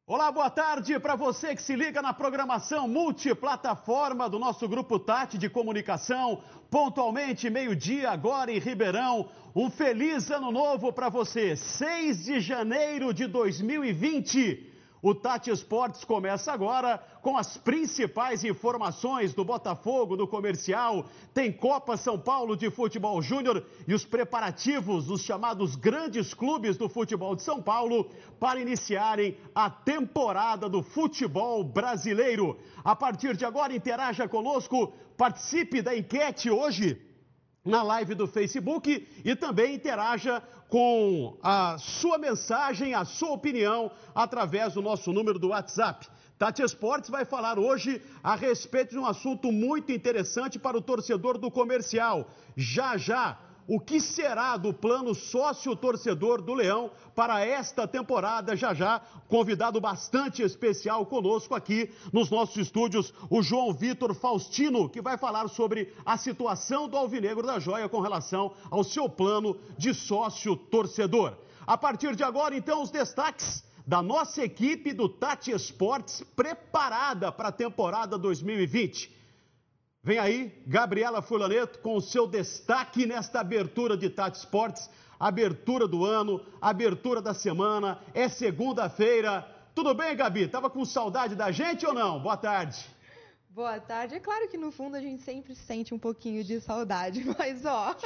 Olá, boa tarde para você que se liga na programação multiplataforma do nosso Grupo Tati de Comunicação, pontualmente meio-dia agora em Ribeirão. Um feliz ano novo para você, 6 de janeiro de 2020. O Tati Esportes começa agora com as principais informações do Botafogo, do Comercial. Tem Copa São Paulo de Futebol Júnior e os preparativos dos chamados grandes clubes do futebol de São Paulo para iniciarem a temporada do futebol brasileiro. A partir de agora, interaja conosco, participe da enquete hoje na live do Facebook e também interaja com a sua mensagem, a sua opinião, através do nosso número do WhatsApp. Tati Esportes vai falar hoje a respeito de um assunto muito interessante para o torcedor do Comercial. Já, o que será do plano sócio-torcedor do Leão para esta temporada? Já, convidado bastante especial conosco aqui nos nossos estúdios, o João Vitor Faustino, que vai falar sobre a situação do Alvinegro da Joia com relação ao seu plano de sócio-torcedor. A partir de agora, então, os destaques da nossa equipe do Tati Esportes preparada para a temporada 2020. Vem aí, Gabriela Furlaneto, com o seu destaque nesta abertura de Tati Esportes, abertura do ano, abertura da semana, é segunda-feira. Tudo bem, Gabi? Tava com saudade da gente ou não? Boa tarde. Boa tarde. É claro que no fundo a gente sempre sente um pouquinho de saudade, mas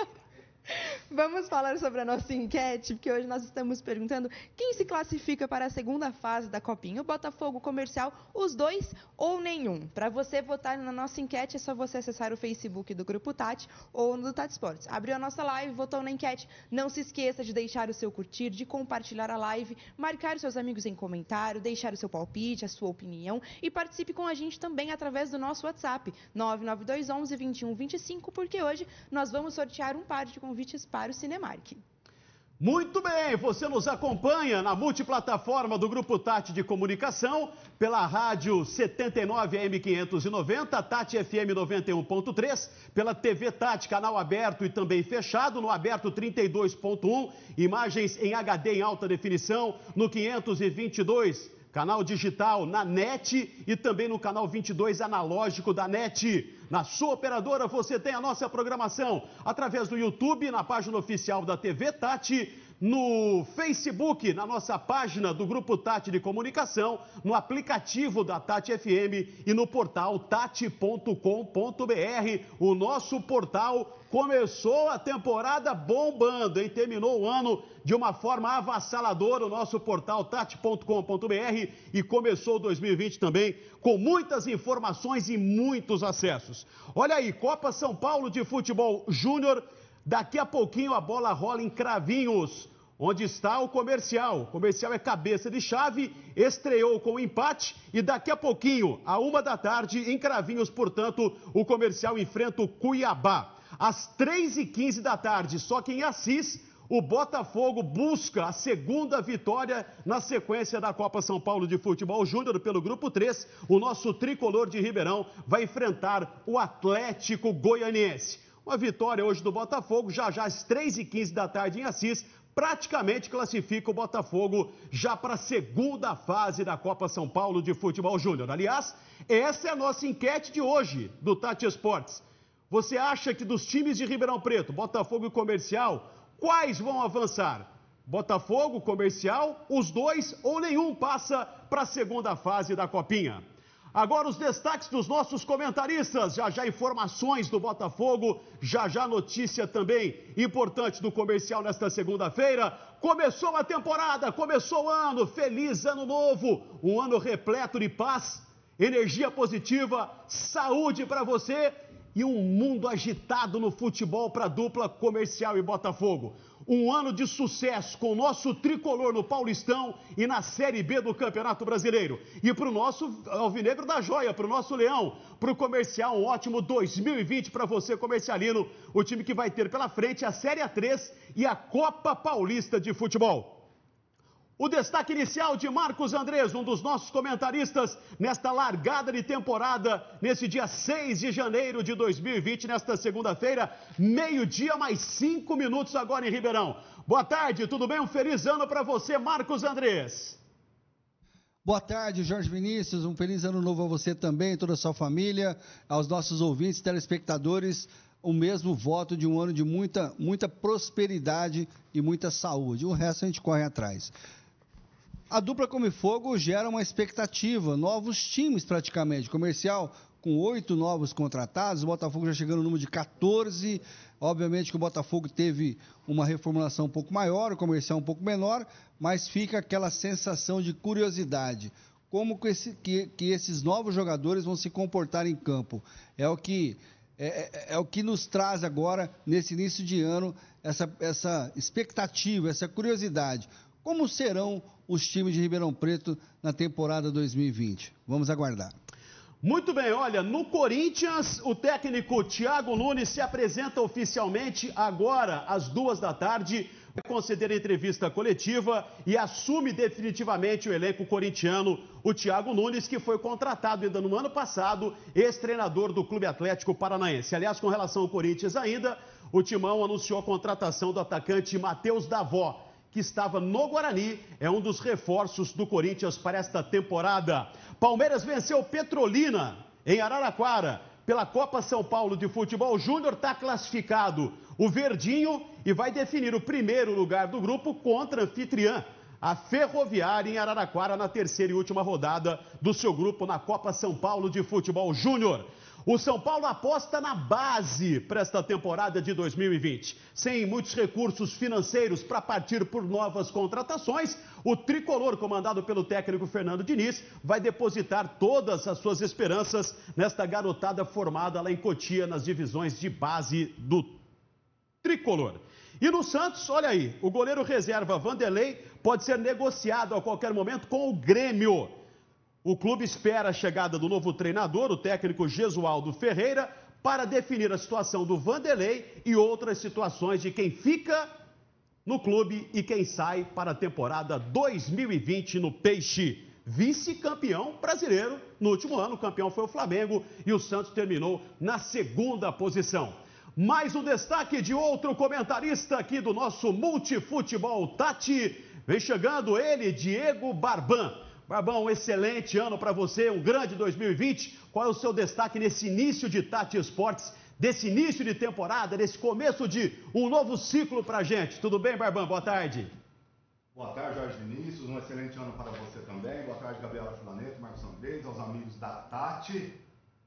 vamos falar sobre a nossa enquete, porque hoje nós estamos perguntando quem se classifica para a segunda fase da Copinha, o Botafogo, o Comercial, os dois ou nenhum. Para você votar na nossa enquete é só você acessar o Facebook do Grupo Tati ou no do Tati Esportes. Abriu a nossa live, votou na enquete, não se esqueça de deixar o seu curtir, de compartilhar a live, marcar os seus amigos em comentário, deixar o seu palpite, a sua opinião e participe com a gente também através do nosso WhatsApp, 99211 2125, porque hoje nós vamos sortear um par de convites para o Cinemark. Muito bem, você nos acompanha na multiplataforma do Grupo Tati de Comunicação, pela rádio 79 AM 590, Tati FM 91.3, pela TV Tati, canal aberto e também fechado, no aberto 32.1, imagens em HD em alta definição, no 522, canal digital na NET e também no canal 22 analógico da NET. Na sua operadora você tem a nossa programação através do YouTube, na página oficial da TV Tati, no Facebook, na nossa página do Grupo Tati de Comunicação, no aplicativo da Tati FM e no portal tati.com.br. O nosso portal começou a temporada bombando, hein? Terminou o ano de uma forma avassaladora, o nosso portal tati.com.br, e começou 2020 também com muitas informações e muitos acessos. Olha aí, Copa São Paulo de Futebol Júnior, daqui a pouquinho a bola rola em Cravinhos, onde está o Comercial. O Comercial é cabeça de chave, estreou com empate e daqui a pouquinho, à 13h, em Cravinhos, portanto, o Comercial enfrenta o Cuiabá. Às 3h15 da tarde, só que em Assis, o Botafogo busca a segunda vitória na sequência da Copa São Paulo de Futebol Júnior pelo Grupo 3. O nosso tricolor de Ribeirão vai enfrentar o Atlético Goianiense. Uma vitória hoje do Botafogo, já às 3h15 da tarde em Assis, praticamente classifica o Botafogo já para a segunda fase da Copa São Paulo de Futebol Júnior. Aliás, essa é a nossa enquete de hoje do Tati Esportes. Você acha que dos times de Ribeirão Preto, Botafogo e Comercial, quais vão avançar? Botafogo, Comercial, os dois ou nenhum passa para a segunda fase da Copinha? Agora os destaques dos nossos comentaristas, já informações do Botafogo, já notícia também importante do Comercial nesta segunda-feira. Começou a temporada, começou o ano, feliz ano novo, um ano repleto de paz, energia positiva, saúde para você e um mundo agitado no futebol para a dupla Comercial e Botafogo. Um ano de sucesso com o nosso tricolor no Paulistão e na Série B do Campeonato Brasileiro. E para o nosso Alvinegro da Joia, para o nosso Leão, para o Comercial, um ótimo 2020 para você, comercialino. O time que vai ter pela frente a Série A3 e a Copa Paulista de Futebol. O destaque inicial de Marcos Andrés, um dos nossos comentaristas nesta largada de temporada, nesse dia 6 de janeiro de 2020, nesta segunda-feira, meio-dia mais 5 minutos agora em Ribeirão. Boa tarde, tudo bem? Um feliz ano para você, Marcos Andrés. Boa tarde, Jorge Vinícius, um feliz ano novo a você também, toda a sua família, aos nossos ouvintes, telespectadores, o mesmo voto de um ano de muita prosperidade e muita saúde. O resto a gente corre atrás. A dupla Come Fogo gera uma expectativa, novos times praticamente, comercial com 8 novos contratados, o Botafogo já chegando no número de 14, obviamente que o Botafogo teve uma reformulação um pouco maior, o comercial um pouco menor, mas fica aquela sensação de curiosidade, como que esses novos jogadores vão se comportar em campo, é o que nos traz agora, nesse início de ano, essa expectativa, essa curiosidade. Como serão os times de Ribeirão Preto na temporada 2020? Vamos aguardar. Muito bem, olha, no Corinthians, o técnico Thiago Nunes se apresenta oficialmente agora, às 14h, vai conceder a entrevista coletiva e assume definitivamente o elenco corintiano, o Thiago Nunes, que foi contratado ainda no ano passado, ex-treinador do Clube Atlético Paranaense. Aliás, com relação ao Corinthians ainda, o Timão anunciou a contratação do atacante Matheus Davó, que estava no Guarani, é um dos reforços do Corinthians para esta temporada. Palmeiras venceu Petrolina em Araraquara pela Copa São Paulo de Futebol Júnior, está classificado o Verdinho e vai definir o primeiro lugar do grupo contra a anfitriã, a Ferroviária em Araraquara, na terceira e última rodada do seu grupo na Copa São Paulo de Futebol Júnior. O São Paulo aposta na base para esta temporada de 2020. Sem muitos recursos financeiros para partir por novas contratações, o tricolor, comandado pelo técnico Fernando Diniz, vai depositar todas as suas esperanças nesta garotada formada lá em Cotia, nas divisões de base do tricolor. E no Santos, olha aí, o goleiro reserva Vanderlei pode ser negociado a qualquer momento com o Grêmio. O clube espera a chegada do novo treinador, o técnico Gesualdo Ferreira, para definir a situação do Vanderlei e outras situações de quem fica no clube e quem sai para a temporada 2020 no Peixe. Vice-campeão brasileiro no último ano, o campeão foi o Flamengo e o Santos terminou na segunda posição. Mais um destaque de outro comentarista aqui do nosso Multifutebol Tati. Vem chegando ele, Diego Barban. Barbão, um excelente ano para você, um grande 2020. Qual é o seu destaque nesse início de Tati Esportes, desse início de temporada, desse começo de um novo ciclo para a gente? Tudo bem, Barbão? Boa tarde. Boa tarde, Jorge Vinícius. Um excelente ano para você também. Boa tarde, Gabriela Filaneto, Marcos Andrés, aos amigos da Tati.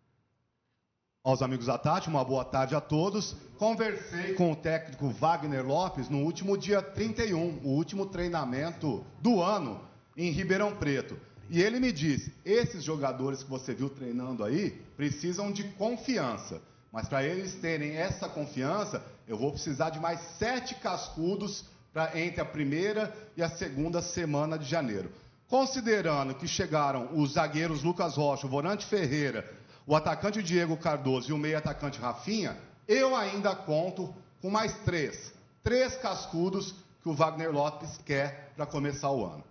Uma boa tarde a todos. Conversei com o técnico Wagner Lopes no último dia 31, o último treinamento do ano em Ribeirão Preto. E ele me disse, esses jogadores que você viu treinando aí, precisam de confiança. Mas para eles terem essa confiança, eu vou precisar de mais 7 cascudos entre a primeira e a segunda semana de janeiro. Considerando que chegaram os zagueiros Lucas Rocha, o volante Ferreira, o atacante Diego Cardoso e o meio atacante Rafinha, eu ainda conto com mais 3 cascudos que o Wagner Lopes quer para começar o ano.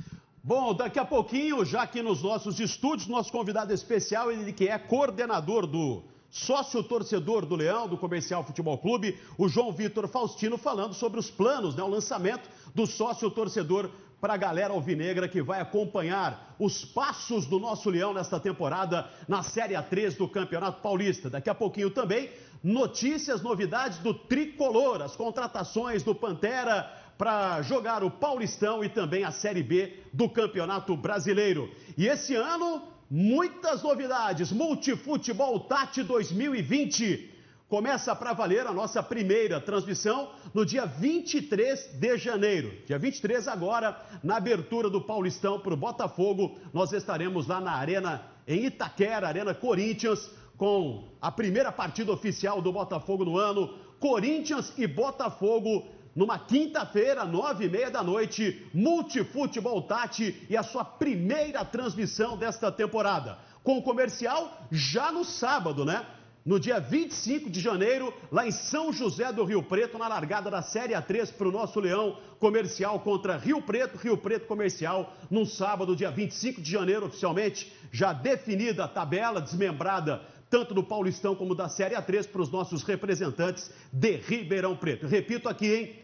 Bom, daqui a pouquinho, já aqui nos nossos estúdios, nosso convidado especial, ele que é coordenador do sócio-torcedor do Leão, do Comercial Futebol Clube, o João Vitor Faustino, falando sobre os planos, o lançamento do sócio-torcedor para a galera alvinegra que vai acompanhar os passos do nosso Leão nesta temporada na Série A3 do Campeonato Paulista. Daqui a pouquinho também, notícias, novidades do Tricolor, as contratações do Pantera para jogar o Paulistão e também a Série B do Campeonato Brasileiro. E esse ano, muitas novidades. Multifutebol Tati 2020. Começa para valer a nossa primeira transmissão no dia 23 de janeiro. Dia 23 agora, na abertura do Paulistão para o Botafogo, nós estaremos lá na Arena, em Itaquera, Arena Corinthians, com a primeira partida oficial do Botafogo no ano. Corinthians e Botafogo, numa quinta-feira, 9h30 da noite, Multifutebol Tati e a sua primeira transmissão desta temporada. Com o comercial já no sábado, né? No dia 25 de janeiro, lá em São José do Rio Preto, na largada da Série A3 para o nosso Leão, comercial contra Rio Preto Comercial, num sábado, dia 25 de janeiro, oficialmente, já definida a tabela, desmembrada, tanto do Paulistão como da Série A3 para os nossos representantes de Ribeirão Preto. Repito aqui, hein?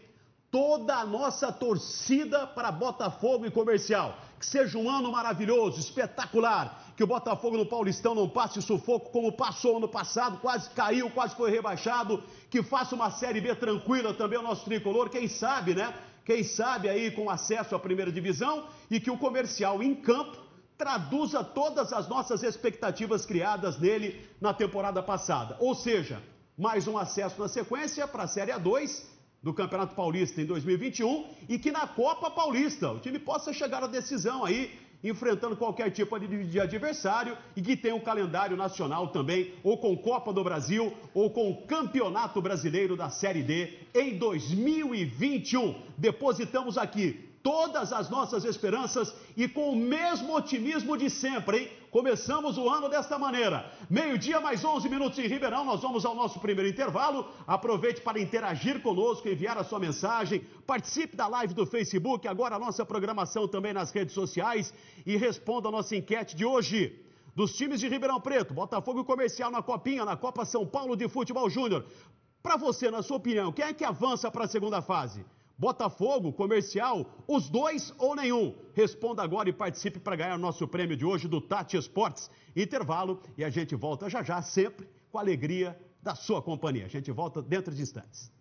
toda a nossa torcida para Botafogo e Comercial. Que seja um ano maravilhoso, espetacular. Que o Botafogo no Paulistão não passe sufoco como passou ano passado, quase caiu, quase foi rebaixado. Que faça uma Série B tranquila também o nosso tricolor, quem sabe, né? Quem sabe aí com acesso à primeira divisão. E que o Comercial em campo traduza todas as nossas expectativas criadas nele na temporada passada. Ou seja, mais um acesso na sequência para a Série A2 do Campeonato Paulista em 2021 e que na Copa Paulista o time possa chegar à decisão aí, enfrentando qualquer tipo de adversário e que tenha um calendário nacional também, ou com Copa do Brasil, ou com o Campeonato Brasileiro da Série D em 2021. Depositamos aqui todas as nossas esperanças e com o mesmo otimismo de sempre, hein? Começamos o ano desta maneira. Meio-dia, mais 11 minutos em Ribeirão, nós vamos ao nosso primeiro intervalo. Aproveite para interagir conosco, enviar a sua mensagem, participe da live do Facebook, agora a nossa programação também nas redes sociais e responda a nossa enquete de hoje. Dos times de Ribeirão Preto, Botafogo e Comercial na Copinha, na Copa São Paulo de Futebol Júnior. Para você, na sua opinião, quem é que avança para a segunda fase? Botafogo, Comercial, os dois ou nenhum? Responda agora e participe para ganhar o nosso prêmio de hoje do Tati Esportes. Intervalo e a gente volta já já, sempre com a alegria da sua companhia. A gente volta dentro de instantes.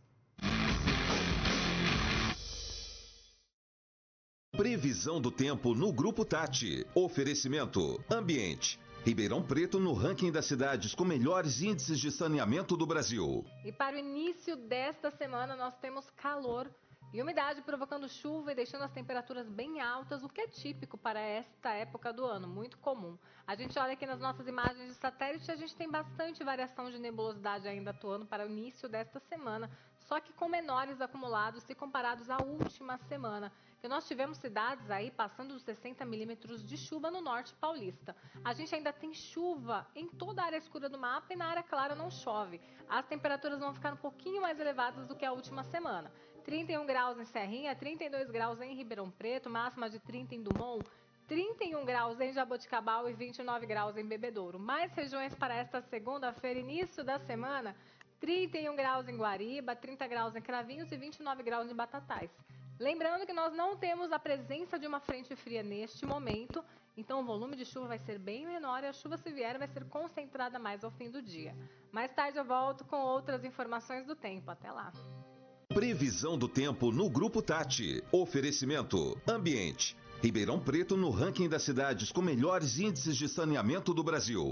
Previsão do tempo no Grupo Tati. Oferecimento Ambiente. Ribeirão Preto no ranking das cidades com melhores índices de saneamento do Brasil. E para o início desta semana nós temos calor e umidade provocando chuva e deixando as temperaturas bem altas, o que é típico para esta época do ano, muito comum. A gente olha aqui nas nossas imagens de satélite, a gente tem bastante variação de nebulosidade ainda atuando para o início desta semana, só que com menores acumulados se comparados à última semana, que nós tivemos cidades aí passando dos 60 milímetros de chuva no norte paulista. A gente ainda tem chuva em toda a área escura do mapa e na área clara não chove. As temperaturas vão ficar um pouquinho mais elevadas do que a última semana. 31 graus em Serrinha, 32 graus em Ribeirão Preto, máxima de 30 em Dumont, 31 graus em Jaboticabal e 29 graus em Bebedouro. Mais regiões para esta segunda-feira, início da semana, 31 graus em Guariba, 30 graus em Cravinhos e 29 graus em Batatais. Lembrando que nós não temos a presença de uma frente fria neste momento, então o volume de chuva vai ser bem menor e a chuva, se vier, vai ser concentrada mais ao fim do dia. Mais tarde eu volto com outras informações do tempo. Até lá! Previsão do tempo no Grupo Tati. Oferecimento Ambiente. Ribeirão Preto no ranking das cidades com melhores índices de saneamento do Brasil.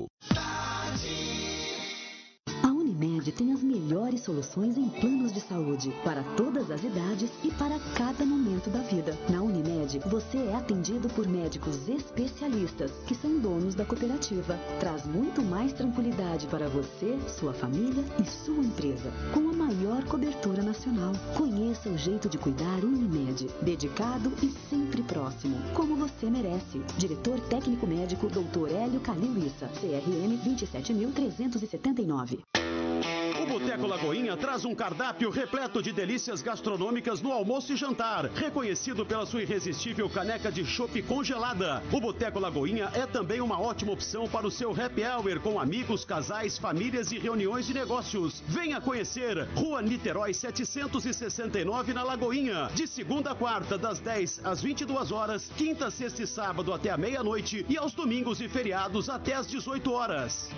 A Unimed tem as melhores soluções em planos de saúde para todas as idades e para cada momento da vida. Na Unimed, você é atendido por médicos especialistas que são donos da cooperativa. Traz muito mais tranquilidade para você, sua família e sua empresa. Com a maior cobertura nacional. Conheça o jeito de cuidar Unimed. Dedicado e sempre próximo. Como você merece. Diretor Técnico Médico Dr. Hélio Calil-Issa. CRM 27.379. O Boteco Lagoinha traz um cardápio repleto de delícias gastronômicas no almoço e jantar, reconhecido pela sua irresistível caneca de chopp congelada. O Boteco Lagoinha é também uma ótima opção para o seu happy hour com amigos, casais, famílias e reuniões de negócios. Venha conhecer Rua Niterói 769 na Lagoinha, de segunda a quarta, das 10 às 22 horas, quinta, sexta e sábado até a meia-noite e aos domingos e feriados até às 18 horas.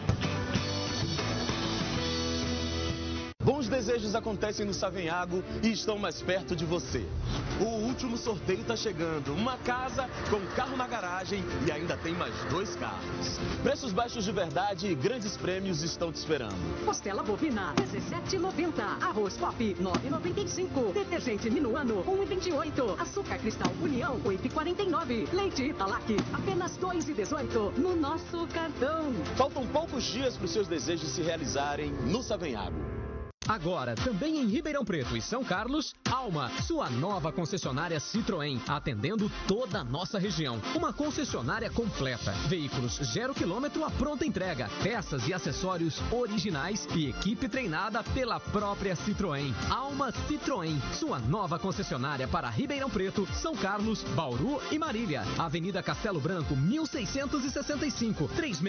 Bons desejos acontecem no Savenhago e estão mais perto de você. O último sorteio está chegando. Uma casa com carro na garagem e ainda tem mais 2 carros. Preços baixos de verdade e grandes prêmios estão te esperando. Costela bovina, R$17,90. Arroz pop, R$9,95. Detergente Minuano, R$1,28. Açúcar Cristal União, R$8,49. Leite Italac, apenas R$2,18. No nosso cartão. Faltam poucos dias para os seus desejos se realizarem no Savenhago. Agora, também em Ribeirão Preto e São Carlos, Alma, sua nova concessionária Citroën, atendendo toda a nossa região. Uma concessionária completa. Veículos 0 km à pronta entrega, peças e acessórios originais e equipe treinada pela própria Citroën. Alma Citroën, sua nova concessionária para Ribeirão Preto, São Carlos, Bauru e Marília. Avenida Castelo Branco, 1665,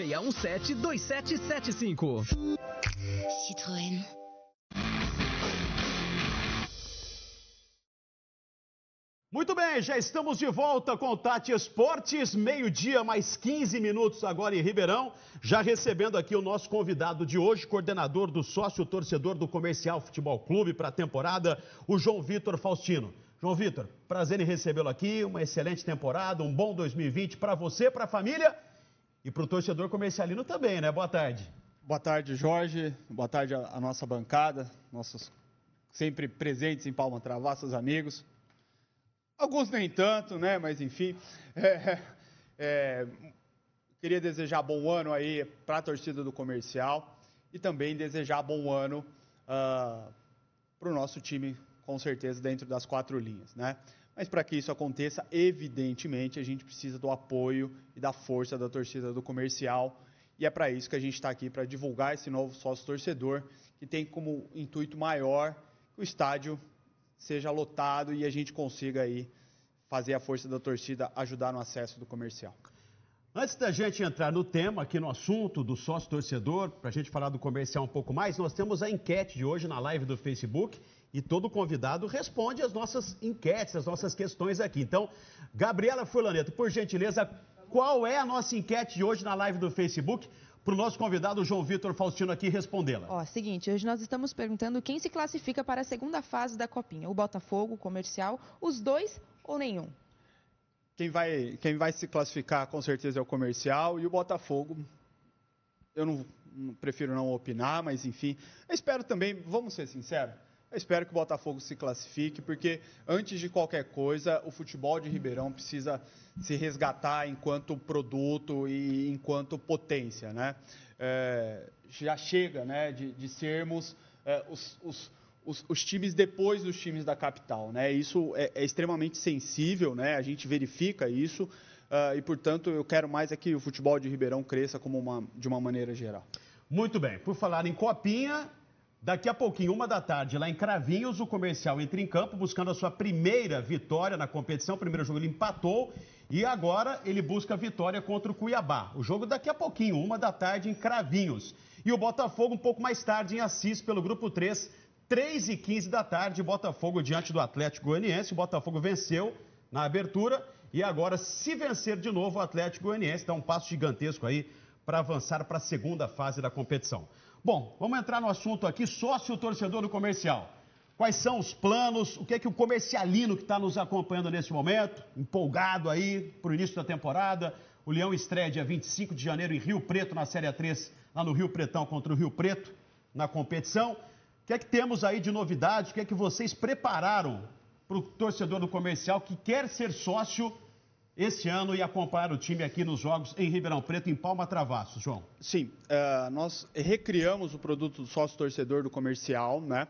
3617-2775. Citroën. Muito bem, já estamos de volta com o Tati Esportes, meio-dia mais 15 minutos agora em Ribeirão, já recebendo aqui o nosso convidado de hoje, coordenador do sócio-torcedor do Comercial Futebol Clube para a temporada, o João Vitor Faustino. João Vitor, prazer em recebê-lo aqui, uma excelente temporada, um bom 2020 para você, para a família e para o torcedor comercialino também, né? Boa tarde. Boa tarde, Jorge, boa tarde à nossa bancada, nossos sempre presentes em Palma Travassos, amigos. Alguns nem tanto, né? Mas enfim, queria desejar bom ano aí para a torcida do Comercial e também desejar bom ano para o nosso time, com certeza, dentro das 4 linhas, né? Mas para que isso aconteça, evidentemente, a gente precisa do apoio e da força da torcida do Comercial e é para isso que a gente está aqui, para divulgar esse novo sócio-torcedor que tem como intuito maior que o estádio seja lotado e a gente consiga aí fazer a força da torcida ajudar no acesso do Comercial. Antes da gente entrar no tema, aqui no assunto do sócio-torcedor, para a gente falar do Comercial um pouco mais, nós temos a enquete de hoje na live do Facebook e todo convidado responde as nossas enquetes, as nossas questões aqui. Então, Gabriela Furlaneto, por gentileza, qual é a nossa enquete de hoje na live do Facebook? Para o nosso convidado, João Vitor Faustino, aqui respondê-la. Seguinte, hoje nós estamos perguntando quem se classifica para a segunda fase da Copinha. O Botafogo, o Comercial, os dois ou nenhum? Quem vai se classificar, com certeza, é o Comercial e o Botafogo. Eu não prefiro não opinar, mas enfim. Eu espero também, vamos ser sinceros, eu espero que o Botafogo se classifique, porque antes de qualquer coisa, o futebol de Ribeirão precisa se resgatar enquanto produto e enquanto potência, né? Já chega, né, de sermos os times depois dos times da capital, né? Isso é extremamente sensível, né? A gente verifica isso e, portanto, eu quero mais que o futebol de Ribeirão cresça de uma maneira geral. Muito bem. Por falar em Copinha, daqui a pouquinho, 13h, lá em Cravinhos, o Comercial entra em campo buscando a sua primeira vitória na competição. O primeiro jogo ele empatou e agora ele busca a vitória contra o Cuiabá. O jogo daqui a pouquinho, 13h, em Cravinhos. E o Botafogo um pouco mais tarde em Assis, pelo Grupo 3, 3h15 da tarde, Botafogo diante do Atlético Goianiense. O Botafogo venceu na abertura e agora, se vencer de novo, o Atlético Goianiense dá um passo gigantesco aí para avançar para a segunda fase da competição. Bom, vamos entrar no assunto aqui, sócio-torcedor do Comercial. Quais são os planos, o que é que o comercialino que está nos acompanhando nesse momento, empolgado aí para o início da temporada. O Leão estreia dia 25 de janeiro em Rio Preto, na Série A3, lá no Rio Pretão contra o Rio Preto, na competição. O que é que temos aí de novidades, o que é que vocês prepararam para o torcedor do Comercial que quer ser sócio esse ano e acompanhar o time aqui nos jogos em Ribeirão Preto, em Palma Travassos, João? Sim, nós recriamos o produto do sócio-torcedor do Comercial, né?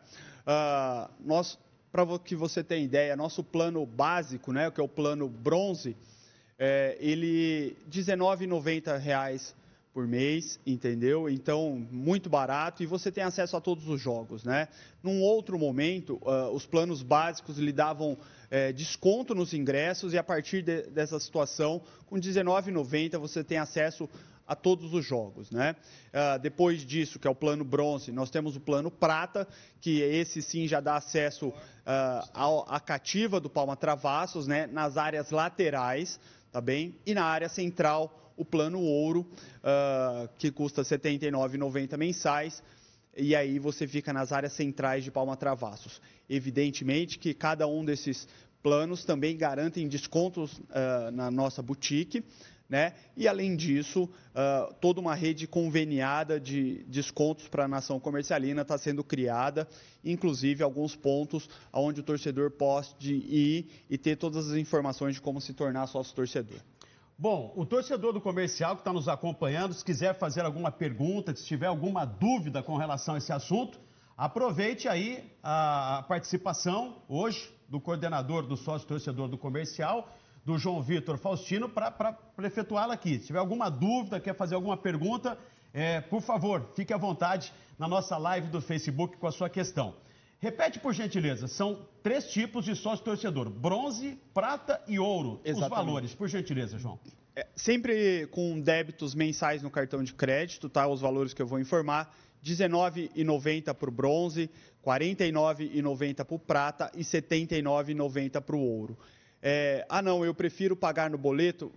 Para que você tenha ideia, nosso plano básico, né, que é o plano bronze, ele R$ 19,90 por mês, entendeu? Então, muito barato e você tem acesso a todos os jogos, né? Num outro momento, os planos básicos lhe davam desconto nos ingressos e a partir dessa situação, com R$ 19,90 você tem acesso a todos os jogos, né? Depois disso, que é o plano bronze, nós temos o plano prata, que esse sim já dá acesso à cativa do Palma Travassos, né? Nas áreas laterais, tá bem? E na área central, o plano ouro, que custa R$ 79,90 mensais, e aí você fica nas áreas centrais de Palma Travassos. Evidentemente que cada um desses planos também garantem descontos na nossa boutique, né? E além disso, toda uma rede conveniada de descontos para a nação comercialina está sendo criada, inclusive alguns pontos onde o torcedor pode ir e ter todas as informações de como se tornar sócio-torcedor. Bom, o torcedor do Comercial que está nos acompanhando, se quiser fazer alguma pergunta, se tiver alguma dúvida com relação a esse assunto, aproveite aí a participação hoje do coordenador do sócio-torcedor do Comercial, do João Vitor Faustino, para efetuá-la aqui. Se tiver alguma dúvida, quer fazer alguma pergunta, por favor, fique à vontade na nossa live do Facebook com a sua questão. Repete, por gentileza, são 3 tipos de sócio-torcedor, bronze, prata e ouro. Exatamente. Os valores, por gentileza, João. Sempre com débitos mensais no cartão de crédito, tá? Os valores que eu vou informar, R$ 19,90 para o bronze, R$ 49,90 para o prata e R$ 79,90 para o ouro. não, eu prefiro pagar no boleto,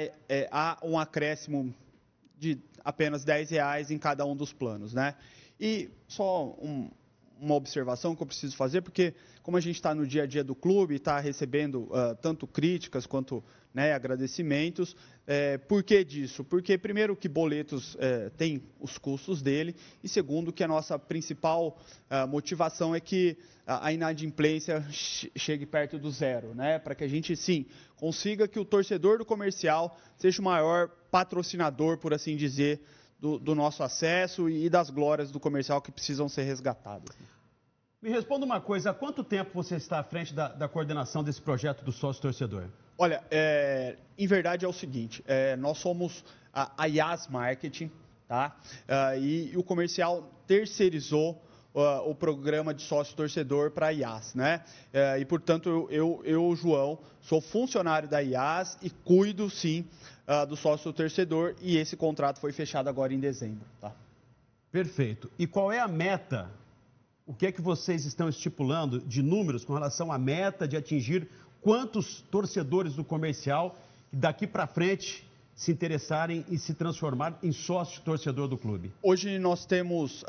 há um acréscimo de apenas R$10 em cada um dos planos, né? E só uma observação que eu preciso fazer, porque como a gente está no dia a dia do clube, está recebendo tanto críticas quanto, né, agradecimentos. Por que disso? Porque, primeiro, que boletos tem os custos dele, e segundo, que a nossa principal motivação é que a inadimplência chegue perto do zero, né? Para que a gente, sim, consiga que o torcedor do comercial seja o maior patrocinador, por assim dizer, do nosso acesso e das glórias do comercial que precisam ser resgatadas. Me responda uma coisa, há quanto tempo você está à frente da coordenação desse projeto do sócio-torcedor? Olha, em verdade é o seguinte, nós somos a IAS Marketing, tá? E o comercial terceirizou o programa de sócio-torcedor para a IAS, né? E, portanto, eu, João, sou funcionário da IAS e cuido, sim, do sócio-torcedor, e esse contrato foi fechado agora em dezembro, tá? Perfeito. E qual é a meta? O que é que vocês estão estipulando de números com relação à meta de atingir quantos torcedores do comercial daqui para frente se interessarem e se transformar em sócio-torcedor do clube? Hoje nós temos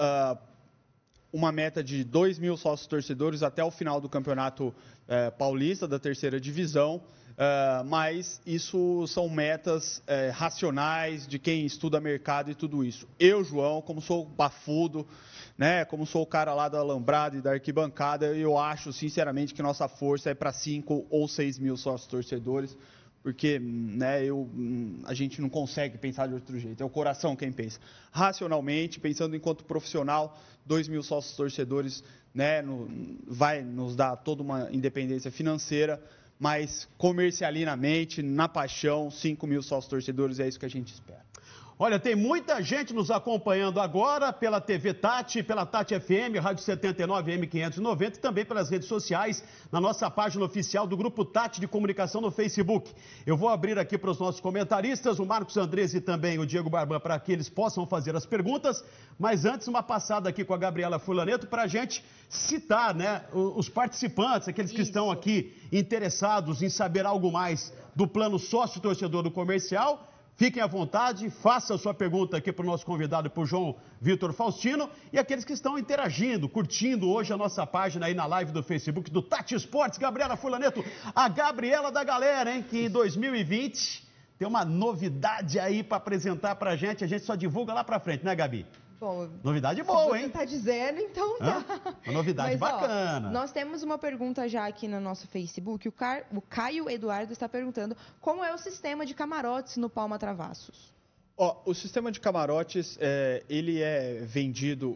uma meta de 2.000 sócios-torcedores até o final do Campeonato Paulista, da terceira divisão, mas isso são metas racionais de quem estuda mercado e tudo isso. Eu, João, como sou bafudo, né, como sou o cara lá da alambrada e da arquibancada, eu acho, sinceramente, que nossa força é para 5 ou 6 mil sócios-torcedores, porque, né, a gente não consegue pensar de outro jeito, é o coração quem pensa. Racionalmente, pensando enquanto profissional, 2.000 sócios-torcedores, né, vai nos dar toda uma independência financeira, mas comercialinamente, na paixão, 5.000 sócios-torcedores, é isso que a gente espera. Olha, tem muita gente nos acompanhando agora pela TV Tati, pela Tati FM, Rádio 79 M590 e também pelas redes sociais, na nossa página oficial do Grupo Tati de Comunicação no Facebook. Eu vou abrir aqui para os nossos comentaristas, o Marcos Andrés e também o Diego Barban, para que eles possam fazer as perguntas. Mas antes, uma passada aqui com a Gabriela Fulaneto para a gente citar, né, os participantes, aqueles que estão aqui interessados em saber algo mais do plano sócio-torcedor do comercial. Fiquem à vontade, faça a sua pergunta aqui para o nosso convidado, para o João Vitor Faustino, e aqueles que estão interagindo, curtindo hoje a nossa página aí na live do Facebook do Tati Esportes. Gabriela Fulaneto, a Gabriela da galera, hein, que em 2020 tem uma novidade aí para apresentar para a gente só divulga lá para frente, né, Gabi? Bom, novidade boa, hein? Você está dizendo, então tá. Uma novidade bacana. Nós temos uma pergunta já aqui no nosso Facebook. O Caio Eduardo está perguntando como é o sistema de camarotes no Palma Travassos. O sistema de camarotes, ele é vendido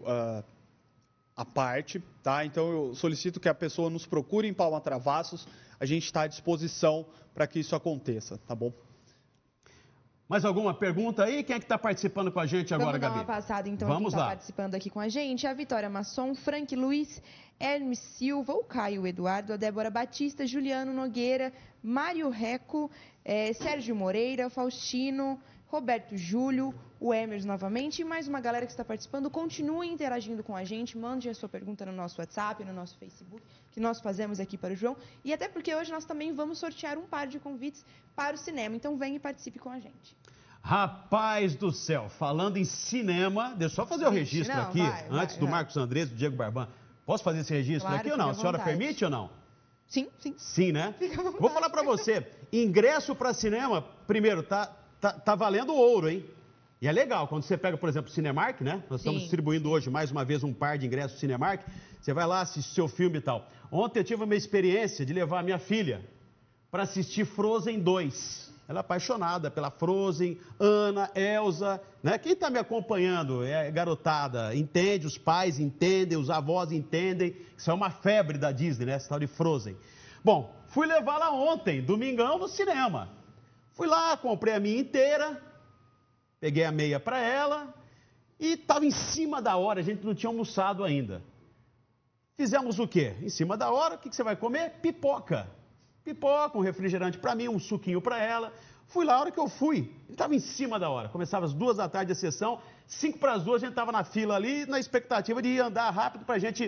à parte, tá? Então eu solicito que a pessoa nos procure em Palma Travassos. A gente está à disposição para que isso aconteça, tá bom? Mais alguma pergunta aí? Quem é que está participando com a gente agora, Gabi? Vamos dar uma passada, então, Vamos quem lá. está participando aqui com a gente. A Vitória Masson, Frank Luiz, Hermes Silva, o Caio Eduardo, a Débora Batista, Juliano Nogueira, Mário Reco, Sérgio Moreira, Faustino, Roberto Júlio, o Emerson novamente e mais uma galera que está participando. Continue interagindo com a gente, mande a sua pergunta no nosso WhatsApp, no nosso Facebook, que nós fazemos aqui para o João. E até porque hoje nós também vamos sortear um par de convites para o cinema. Então venha e participe com a gente. Rapaz do céu, falando em cinema, deixa eu só fazer o registro aqui, antes do Marcos Andrés, do Diego Barban. Posso fazer esse registro aqui ou não? A senhora permite ou não? Sim, sim. Sim, né? Vou falar para você, ingresso para cinema, primeiro, tá valendo ouro, hein? E é legal, quando você pega, por exemplo, o Cinemark, né? Nós estamos distribuindo hoje, mais uma vez, um par de ingressos Cinemark. Você vai lá, assiste seu filme e tal. Ontem eu tive uma experiência de levar a minha filha para assistir Frozen 2. Ela é apaixonada pela Frozen, Ana, Elsa, né? Quem está me acompanhando é garotada, entende, os pais entendem, os avós entendem. Isso é uma febre da Disney, né? Essa tal de Frozen. Bom, fui levá-la ontem, domingão, no cinema. Fui lá, comprei a minha inteira, peguei a meia para ela e estava em cima da hora, a gente não tinha almoçado ainda. Fizemos o quê? Em cima da hora, o que você vai comer? Pipoca. Pipoca, um refrigerante para mim, um suquinho para ela. Fui lá, a hora que eu fui, estava em cima da hora. Começava às 2 da tarde a sessão, 5 para as 2 a gente estava na fila ali, na expectativa de ir andar rápido para a gente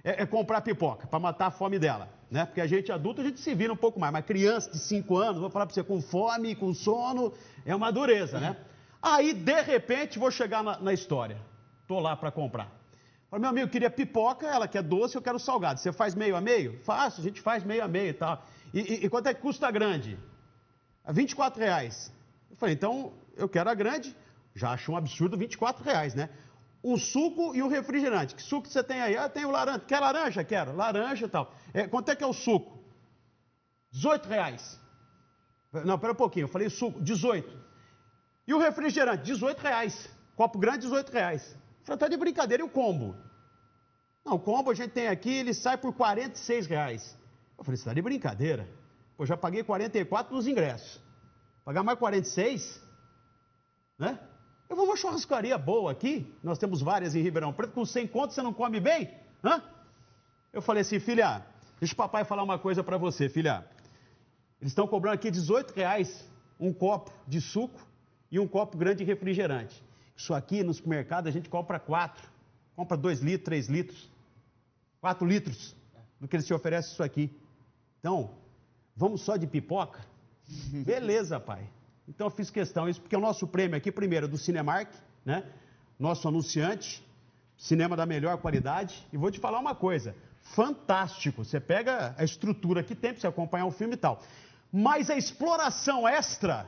comprar pipoca, para matar a fome dela, né? Porque a gente adulto, a gente se vira um pouco mais, mas criança de 5 anos, vou falar para você, com fome, com sono, é uma dureza, né? Aí, de repente, vou chegar na história. Tô lá para comprar. Falei, meu amigo, eu queria pipoca, ela quer doce, eu quero salgado. Você faz meio a meio? Faço, a gente faz meio a meio e tal. E quanto é que custa a grande? R$24. Eu falei, então, eu quero a grande. Já acho um absurdo R$24, né? O suco e o refrigerante. Que suco você tem aí? Ah, tenho laranja. Quer laranja? Quero. Laranja e tal. Quanto é que é o suco? R$18. Não, pera um pouquinho. Eu falei suco, 18. E o refrigerante? R$18. Copo grande, R$18. Eu falei, tá de brincadeira. E o combo? Não, o combo a gente tem aqui, ele sai por R$46. Eu falei, você tá de brincadeira? Pô, já paguei 44 nos ingressos. Pagar mais 46? Né? Eu vou uma churrascaria boa aqui, nós temos várias em Ribeirão Preto, com 100 conto você não come bem? Hã? Eu falei assim, filha, deixa o papai falar uma coisa pra você, filha. Eles estão cobrando aqui R$18 um copo de suco e um copo grande de refrigerante. Isso aqui no supermercado a gente compra 4. Compra 2 litros, 3 litros, 4 litros do que eles te oferecem isso aqui. Então, vamos só de pipoca? Beleza, pai. Então eu fiz questão isso, porque o nosso prêmio aqui, primeiro, é do Cinemark, né? Nosso anunciante, cinema da melhor qualidade. E vou te falar uma coisa, fantástico. Você pega a estrutura que tem para você acompanhar um filme e tal. Mas a exploração extra,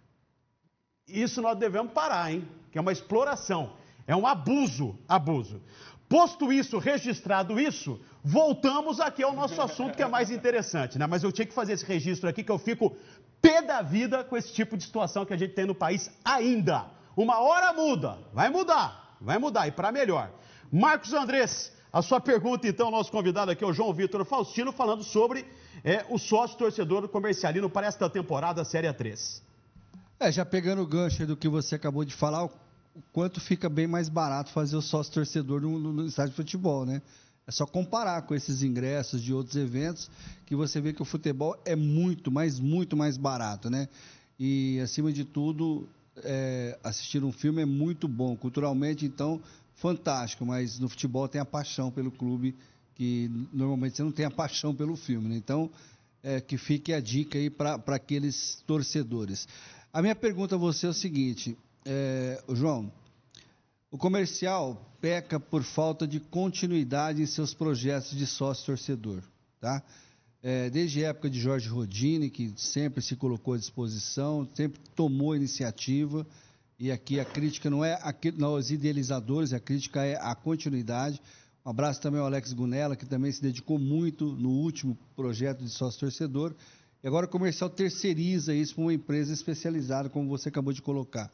isso nós devemos parar, hein? Que é uma exploração, é um abuso. Posto isso, registrado isso, voltamos aqui ao nosso assunto que é mais interessante, né? Mas eu tinha que fazer esse registro aqui, que eu fico pé da vida com esse tipo de situação que a gente tem no país ainda. Uma hora muda, vai mudar, e para melhor. Marcos Andrés, a sua pergunta então, nosso convidado aqui é o João Vitor Faustino, falando sobre o sócio torcedor comercialino para esta temporada Série 3. Já pegando o gancho do que você acabou de falar, o quanto fica bem mais barato fazer o sócio torcedor no estádio de futebol, né? É só comparar com esses ingressos de outros eventos que você vê que o futebol é muito mais barato, né? E, acima de tudo, assistir um filme é muito bom. Culturalmente, então, fantástico. Mas no futebol tem a paixão pelo clube, que normalmente você não tem a paixão pelo filme, né? Então, que fique a dica aí para aqueles torcedores. A minha pergunta a você é o seguinte, João, o comercial peca por falta de continuidade em seus projetos de sócio-torcedor, tá? Desde a época de Jorge Rodini, que sempre se colocou à disposição, sempre tomou iniciativa, e aqui a crítica não é aos idealizadores, a crítica é a continuidade. Um abraço também ao Alex Gunella, que também se dedicou muito no último projeto de sócio-torcedor, e agora o comercial terceiriza isso para uma empresa especializada, como você acabou de colocar.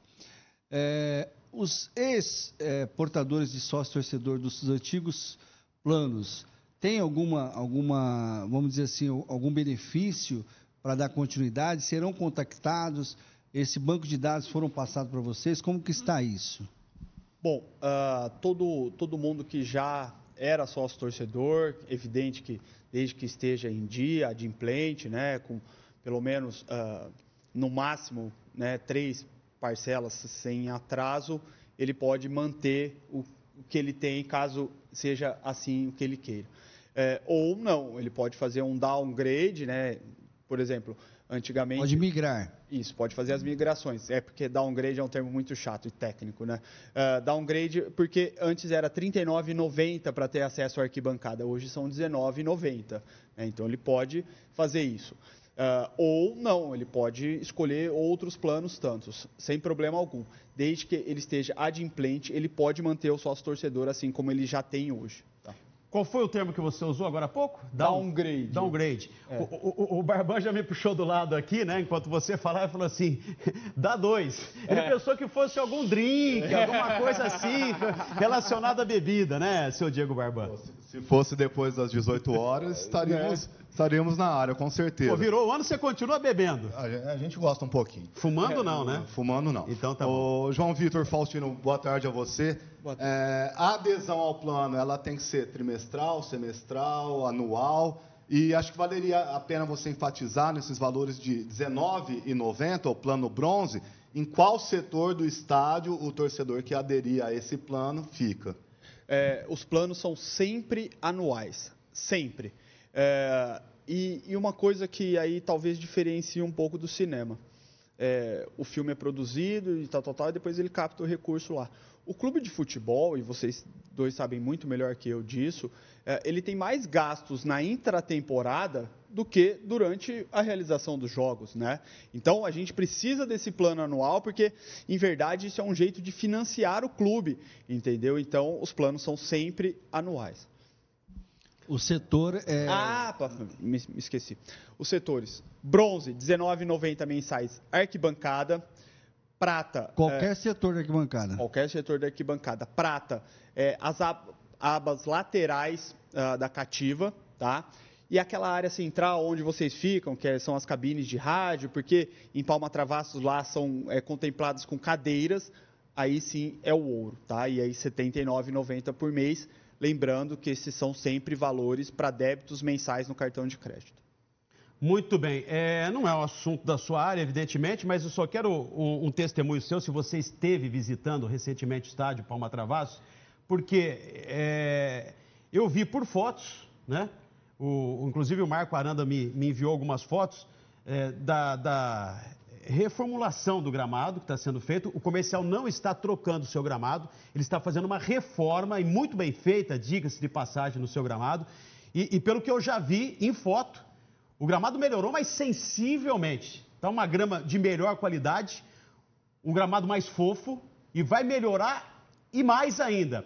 Os ex-portadores de sócio-torcedor dos antigos planos têm alguma, vamos dizer assim, algum benefício para dar continuidade? Serão contactados? Esse banco de dados foram passados para vocês? Como que está isso? Bom, todo mundo que já era sócio-torcedor, evidente que desde que esteja em dia, adimplente, né, com pelo menos, no máximo, né, 3 parcelas sem atraso, ele pode manter o que ele tem, caso seja assim o que ele queira. Ou não, ele pode fazer um downgrade, né? Por exemplo, antigamente... Pode migrar. Isso, pode fazer as migrações. Porque downgrade é um termo muito chato e técnico, né? Downgrade, porque antes era R$ 39,90 para ter acesso à arquibancada, hoje são R$ 19,90. Né? Então, ele pode fazer isso. Ou não, ele pode escolher outros planos tantos, sem problema algum. Desde que ele esteja adimplente, ele pode manter o sócio-torcedor assim como ele já tem hoje. Tá? Qual foi o termo que você usou agora há pouco? Downgrade. Downgrade. O Barbão já me puxou do lado aqui, né? Enquanto você falava, ele falou assim, dá 2. Ele pensou que fosse algum drink, alguma coisa assim, relacionada à bebida, né, seu Diego Barbão? Se fosse depois das 18 horas, estaríamos na área, com certeza. Pô, virou o ano, você continua bebendo? A gente gosta um pouquinho. Fumando não, né? Fumando não. Então tá bom. João Vitor Faustino, boa tarde a você. Boa tarde. A adesão ao plano, ela tem que ser trimestral, semestral, anual, e acho que valeria a pena você enfatizar nesses valores de R$ 19,90, o plano bronze, em qual setor do estádio o torcedor que aderir a esse plano fica. os planos são sempre anuais, sempre. E uma coisa que aí talvez diferencie um pouco do cinema. O filme é produzido e tal, e depois ele capta o recurso lá. O clube de futebol, e vocês dois sabem muito melhor que eu disso, ele tem mais gastos na intratemporada do que durante a realização dos jogos, né? Então, a gente precisa desse plano anual, porque, em verdade, isso é um jeito de financiar o clube, entendeu? Então, os planos são sempre anuais. O setor é... me esqueci. Os setores. Bronze, R$19,90 mensais, arquibancada. Prata. Qualquer setor da arquibancada. Qualquer setor da arquibancada. Prata, as abas laterais da cativa, tá? E aquela área central onde vocês ficam, que são as cabines de rádio, porque em Palma Travassos lá são contempladas com cadeiras, aí sim é o ouro, tá? E aí R$ 79,90 por mês. Lembrando que esses são sempre valores para débitos mensais no cartão de crédito. Muito bem. Não é um assunto da sua área, evidentemente, mas eu só quero um testemunho seu, se você esteve visitando recentemente o estádio Palma Travassos, porque eu vi por fotos, né? Inclusive o Marco Aranda me enviou algumas fotos da reformulação do gramado que está sendo feito. O comercial não está trocando o seu gramado, ele está fazendo uma reforma e muito bem feita, diga-se de passagem, no seu gramado. E pelo que eu já vi em foto, o gramado melhorou, mas sensivelmente. Está uma grama de melhor qualidade, um gramado mais fofo e vai melhorar e mais ainda.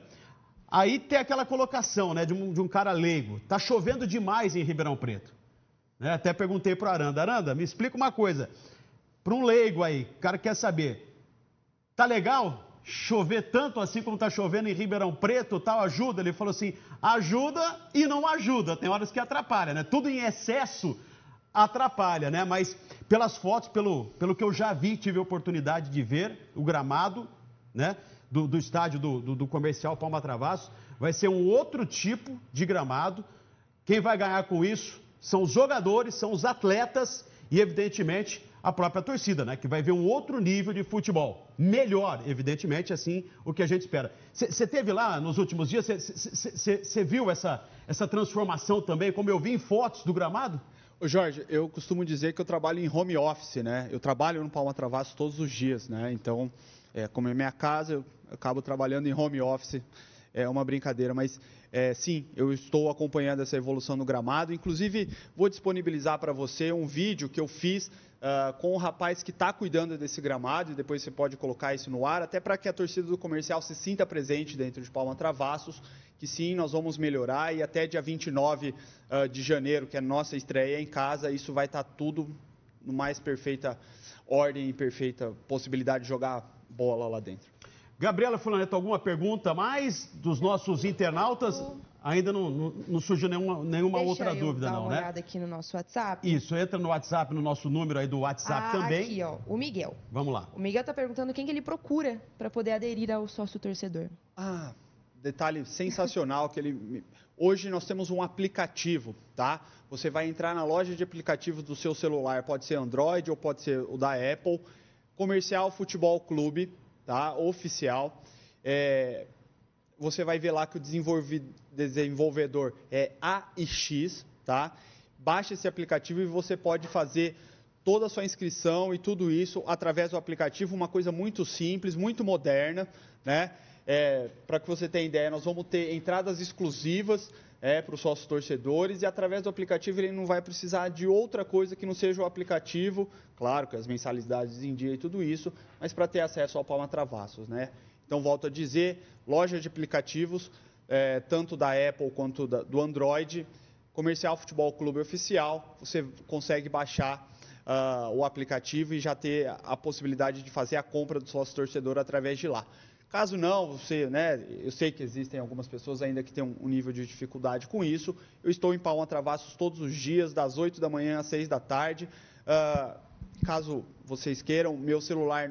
Aí tem aquela colocação, né, de um cara leigo. Está chovendo demais em Ribeirão Preto. Né? Até perguntei para o Aranda. Aranda, me explica uma coisa. Para um leigo aí, o cara quer saber, tá legal chover tanto assim como está chovendo em Ribeirão Preto, tal, ajuda? Ele falou assim, ajuda e não ajuda, tem horas que atrapalha, né? Tudo em excesso atrapalha, né? Mas pelas fotos, pelo que eu já vi, tive a oportunidade de ver o gramado, né, do estádio do comercial Palma Travassos, vai ser um outro tipo de gramado. Quem vai ganhar com isso são os jogadores, são os atletas e, evidentemente, a própria torcida, né? Que vai ver um outro nível de futebol. Melhor, evidentemente, assim, o que a gente espera. Você teve lá nos últimos dias, você viu essa transformação também, como eu vi em fotos do gramado? Ô Jorge, eu costumo dizer que eu trabalho em home office, né? Eu trabalho no Palma Travassos todos os dias, né? Então, como é minha casa, eu acabo trabalhando em home office. É uma brincadeira, mas sim, eu estou acompanhando essa evolução no gramado. Inclusive, vou disponibilizar para você um vídeo que eu fiz com o rapaz que está cuidando desse gramado, e depois você pode colocar isso no ar, até para que a torcida do comercial se sinta presente dentro de Palma Travassos, que sim, nós vamos melhorar, e até dia 29 de janeiro, que é a nossa estreia em casa, isso vai estar tudo no mais perfeita ordem e perfeita possibilidade de jogar bola lá dentro. Gabriela Fulaneto, alguma pergunta mais dos nossos internautas? Ainda não surgiu nenhuma outra dúvida, não, né? Deixa eu dar uma olhada aqui no nosso WhatsApp. Isso, entra no WhatsApp, no nosso número aí do WhatsApp também. Aqui, ó, o Miguel. Vamos lá. O Miguel está perguntando quem que ele procura para poder aderir ao sócio torcedor. Detalhe sensacional que hoje nós temos um aplicativo, tá? Você vai entrar na loja de aplicativos do seu celular, pode ser Android ou pode ser o da Apple, Comercial Futebol Clube, tá? Oficial. Você vai ver lá que o desenvolvedor é AIX, tá? Baixa esse aplicativo e você pode fazer toda a sua inscrição e tudo isso através do aplicativo, uma coisa muito simples, muito moderna, né? Para que você tenha ideia, nós vamos ter entradas exclusivas para os sócios torcedores, e através do aplicativo ele não vai precisar de outra coisa que não seja o aplicativo, claro que as mensalidades em dia e tudo isso, mas para ter acesso ao Palma Travassos, né? Então, volto a dizer, loja de aplicativos, tanto da Apple quanto do Android, Comercial Futebol Clube Oficial, você consegue baixar o aplicativo e já ter a possibilidade de fazer a compra do sócio torcedor através de lá. Caso não, eu sei que existem algumas pessoas ainda que têm um nível de dificuldade com isso. Eu estou em Palma Travassos todos os dias, das 8 da manhã às 6 da tarde. Caso vocês queiram, meu celular é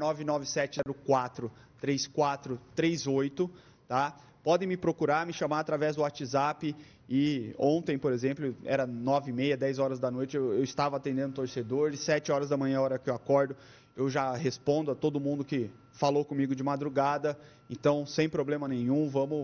99704-3438, tá? Podem me procurar, me chamar através do WhatsApp. E ontem, por exemplo, era 9h30, 10 horas da noite, eu estava atendendo torcedores, 7 horas da manhã, a hora que eu acordo, eu já respondo a todo mundo que falou comigo de madrugada. Então, sem problema nenhum, vamos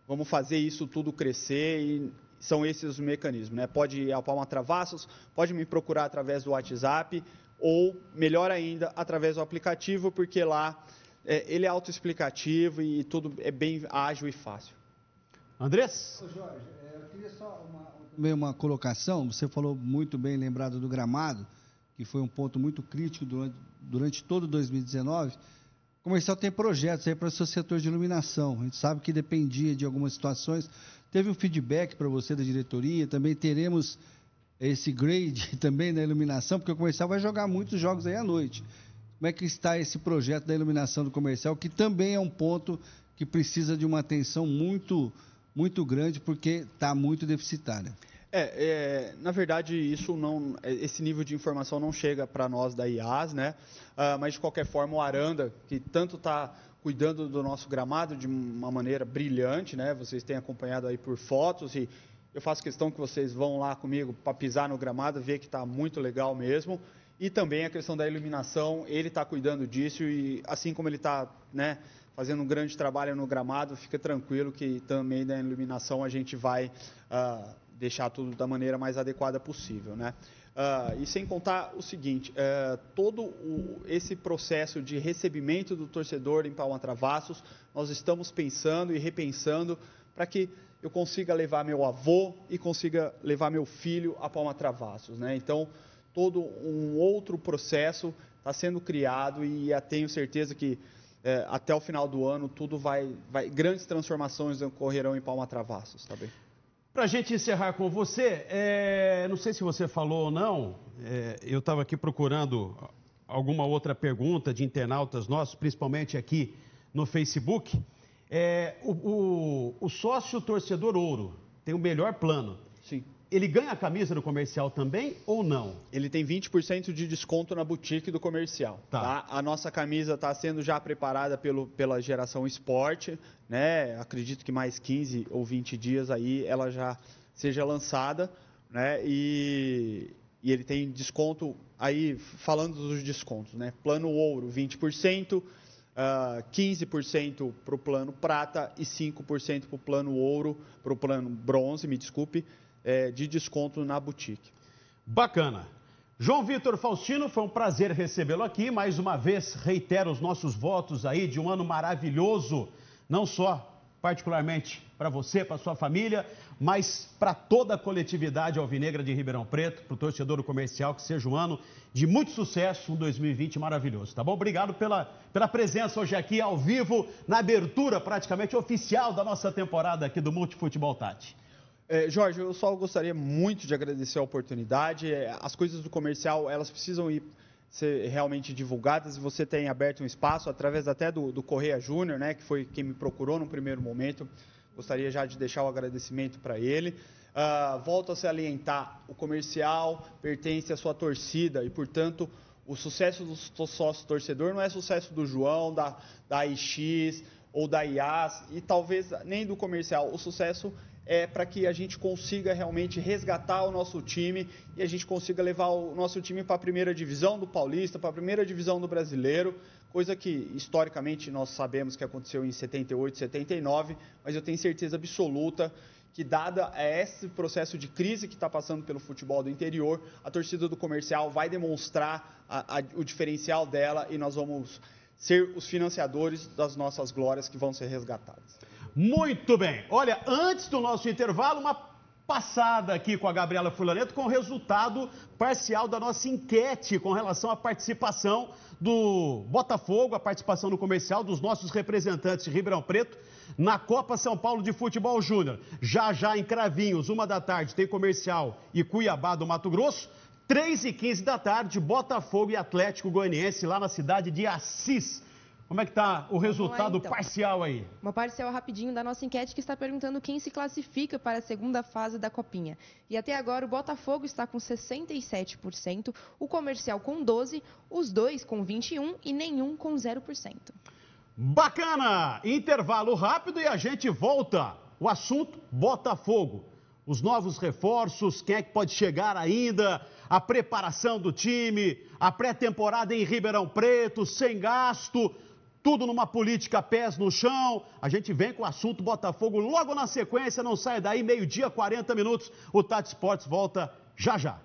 vamos fazer isso tudo crescer e são esses os mecanismos, né? Pode ir ao Palma Travassos, pode me procurar através do WhatsApp ou, melhor ainda, através do aplicativo, porque lá ele é autoexplicativo e tudo é bem ágil e fácil. Andrés? Ô Jorge, eu queria só uma colocação. Você falou muito bem, lembrado do gramado, que foi um ponto muito crítico durante todo 2019. O comercial tem projetos aí para o seu setor de iluminação. A gente sabe que dependia de algumas situações. Teve um feedback para você da diretoria, também teremos esse grade também na iluminação, porque o comercial vai jogar muitos jogos aí à noite. Como é que está esse projeto da iluminação do comercial, que também é um ponto que precisa de uma atenção muito, muito grande, porque está muito deficitária? Na verdade, esse nível de informação não chega para nós da IAS, né? Mas, de qualquer forma, o Aranda, que tanto está cuidando do nosso gramado de uma maneira brilhante, né? Vocês têm acompanhado aí por fotos e eu faço questão que vocês vão lá comigo para pisar no gramado, ver que está muito legal mesmo. E também a questão da iluminação, ele está cuidando disso e assim como ele está, né, fazendo um grande trabalho no gramado, fica tranquilo que também na iluminação a gente vai deixar tudo da maneira mais adequada possível, né? E sem contar o seguinte, todo esse processo de recebimento do torcedor em Palma Travassos, nós estamos pensando e repensando para que eu consiga levar meu avô e consiga levar meu filho a Palma Travassos, né? Então, todo um outro processo está sendo criado e tenho certeza que até o final do ano grandes transformações ocorrerão em Palma Travassos, tá bem? Para a gente encerrar com você, não sei se você falou ou não, eu estava aqui procurando alguma outra pergunta de internautas nossos, principalmente aqui no Facebook. O sócio torcedor ouro tem o melhor plano. Sim. Ele ganha a camisa do comercial também ou não? Ele tem 20% de desconto na boutique do comercial. Tá? A nossa camisa está sendo já preparada pela Geração Esporte, né? Acredito que mais 15 ou 20 dias aí ela já seja lançada, né? E ele tem desconto aí, falando dos descontos, né? Plano ouro, 20%. 15% para o plano prata e 5% para o plano ouro, para o plano bronze, me desculpe, de desconto na boutique. Bacana. João Vitor Faustino, foi um prazer recebê-lo aqui. Mais uma vez, reitero os nossos votos aí de um ano maravilhoso, não só particularmente para você, para sua família, mas para toda a coletividade alvinegra de Ribeirão Preto, para o torcedor do comercial, que seja um ano de muito sucesso, um 2020 maravilhoso, tá bom? Obrigado pela presença hoje aqui ao vivo, na abertura praticamente oficial da nossa temporada aqui do Multifutebol Tati. Jorge, eu só gostaria muito de agradecer a oportunidade. As coisas do comercial, elas precisam ser realmente divulgadas e você tem aberto um espaço através até do Correia Júnior, né, que foi quem me procurou no primeiro momento. Gostaria já de deixar o agradecimento para ele. Volto a se alientar, o comercial pertence à sua torcida e, portanto, o sucesso do sócio torcedor não é sucesso do João, da AIX ou da IAS e talvez nem do comercial. O sucesso é para que a gente consiga realmente resgatar o nosso time e a gente consiga levar o nosso time para a primeira divisão do Paulista, para a primeira divisão do Brasileiro, coisa que historicamente nós sabemos que aconteceu em 78, 79, mas eu tenho certeza absoluta que, dada esse processo de crise que está passando pelo futebol do interior, a torcida do comercial vai demonstrar o diferencial dela e nós vamos ser os financiadores das nossas glórias que vão ser resgatadas. Muito bem. Olha, antes do nosso intervalo, uma passada aqui com a Gabriela Fulaneto com o resultado parcial da nossa enquete com relação à participação do Botafogo, a participação no comercial dos nossos representantes de Ribeirão Preto na Copa São Paulo de Futebol Júnior. Já em Cravinhos, 13h, tem comercial e Cuiabá do Mato Grosso. 15h15, Botafogo e Atlético Goianiense lá na cidade de Assis. Como é que está o resultado parcial aí? Uma parcial rapidinho da nossa enquete que está perguntando quem se classifica para a segunda fase da Copinha. E até agora o Botafogo está com 67%, o Comercial com 12%, os dois com 21% e nenhum com 0%. Bacana! Intervalo rápido e a gente volta. O assunto Botafogo. Os novos reforços, quem é que pode chegar ainda, a preparação do time, a pré-temporada em Ribeirão Preto, sem gasto. tudo numa política pés no chão. A gente vem com o assunto Botafogo logo na sequência, não sai daí, 12h, 40 minutos. O Tati Esportes volta já já.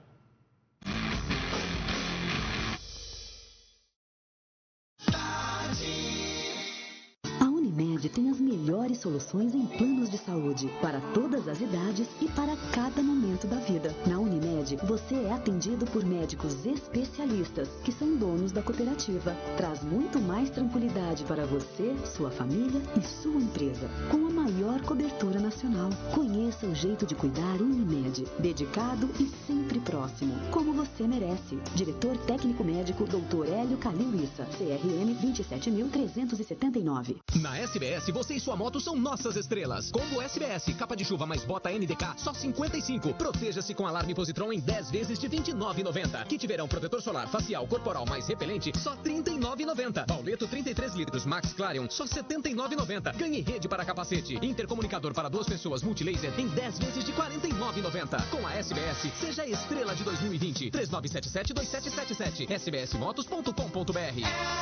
Unimed tem as melhores soluções em planos de saúde para todas as idades e para cada momento da vida. Na Unimed, você é atendido por médicos especialistas que são donos da cooperativa. Traz muito mais tranquilidade para você, sua família e sua empresa. Com a maior cobertura nacional. Conheça o jeito de cuidar Unimed. Dedicado e sempre próximo. Como você merece. Diretor Técnico Médico Dr. Hélio Calil Issa. CRM 27.379. Na SBS, você e sua moto são nossas estrelas. Combo SBS, capa de chuva mais bota NDK, só 55. Proteja-se com alarme Positron em 10 vezes de 29,90. Kit verão protetor solar facial corporal mais repelente, só 39,90. Pauleto 33 litros Max Clarion, só 79,90. Ganhe rede para capacete. Intercomunicador para 2 pessoas multilaser em 10 vezes de 49,90. Com a SBS, seja a estrela de 2020. 3977-2777. sbsmotos.com.br.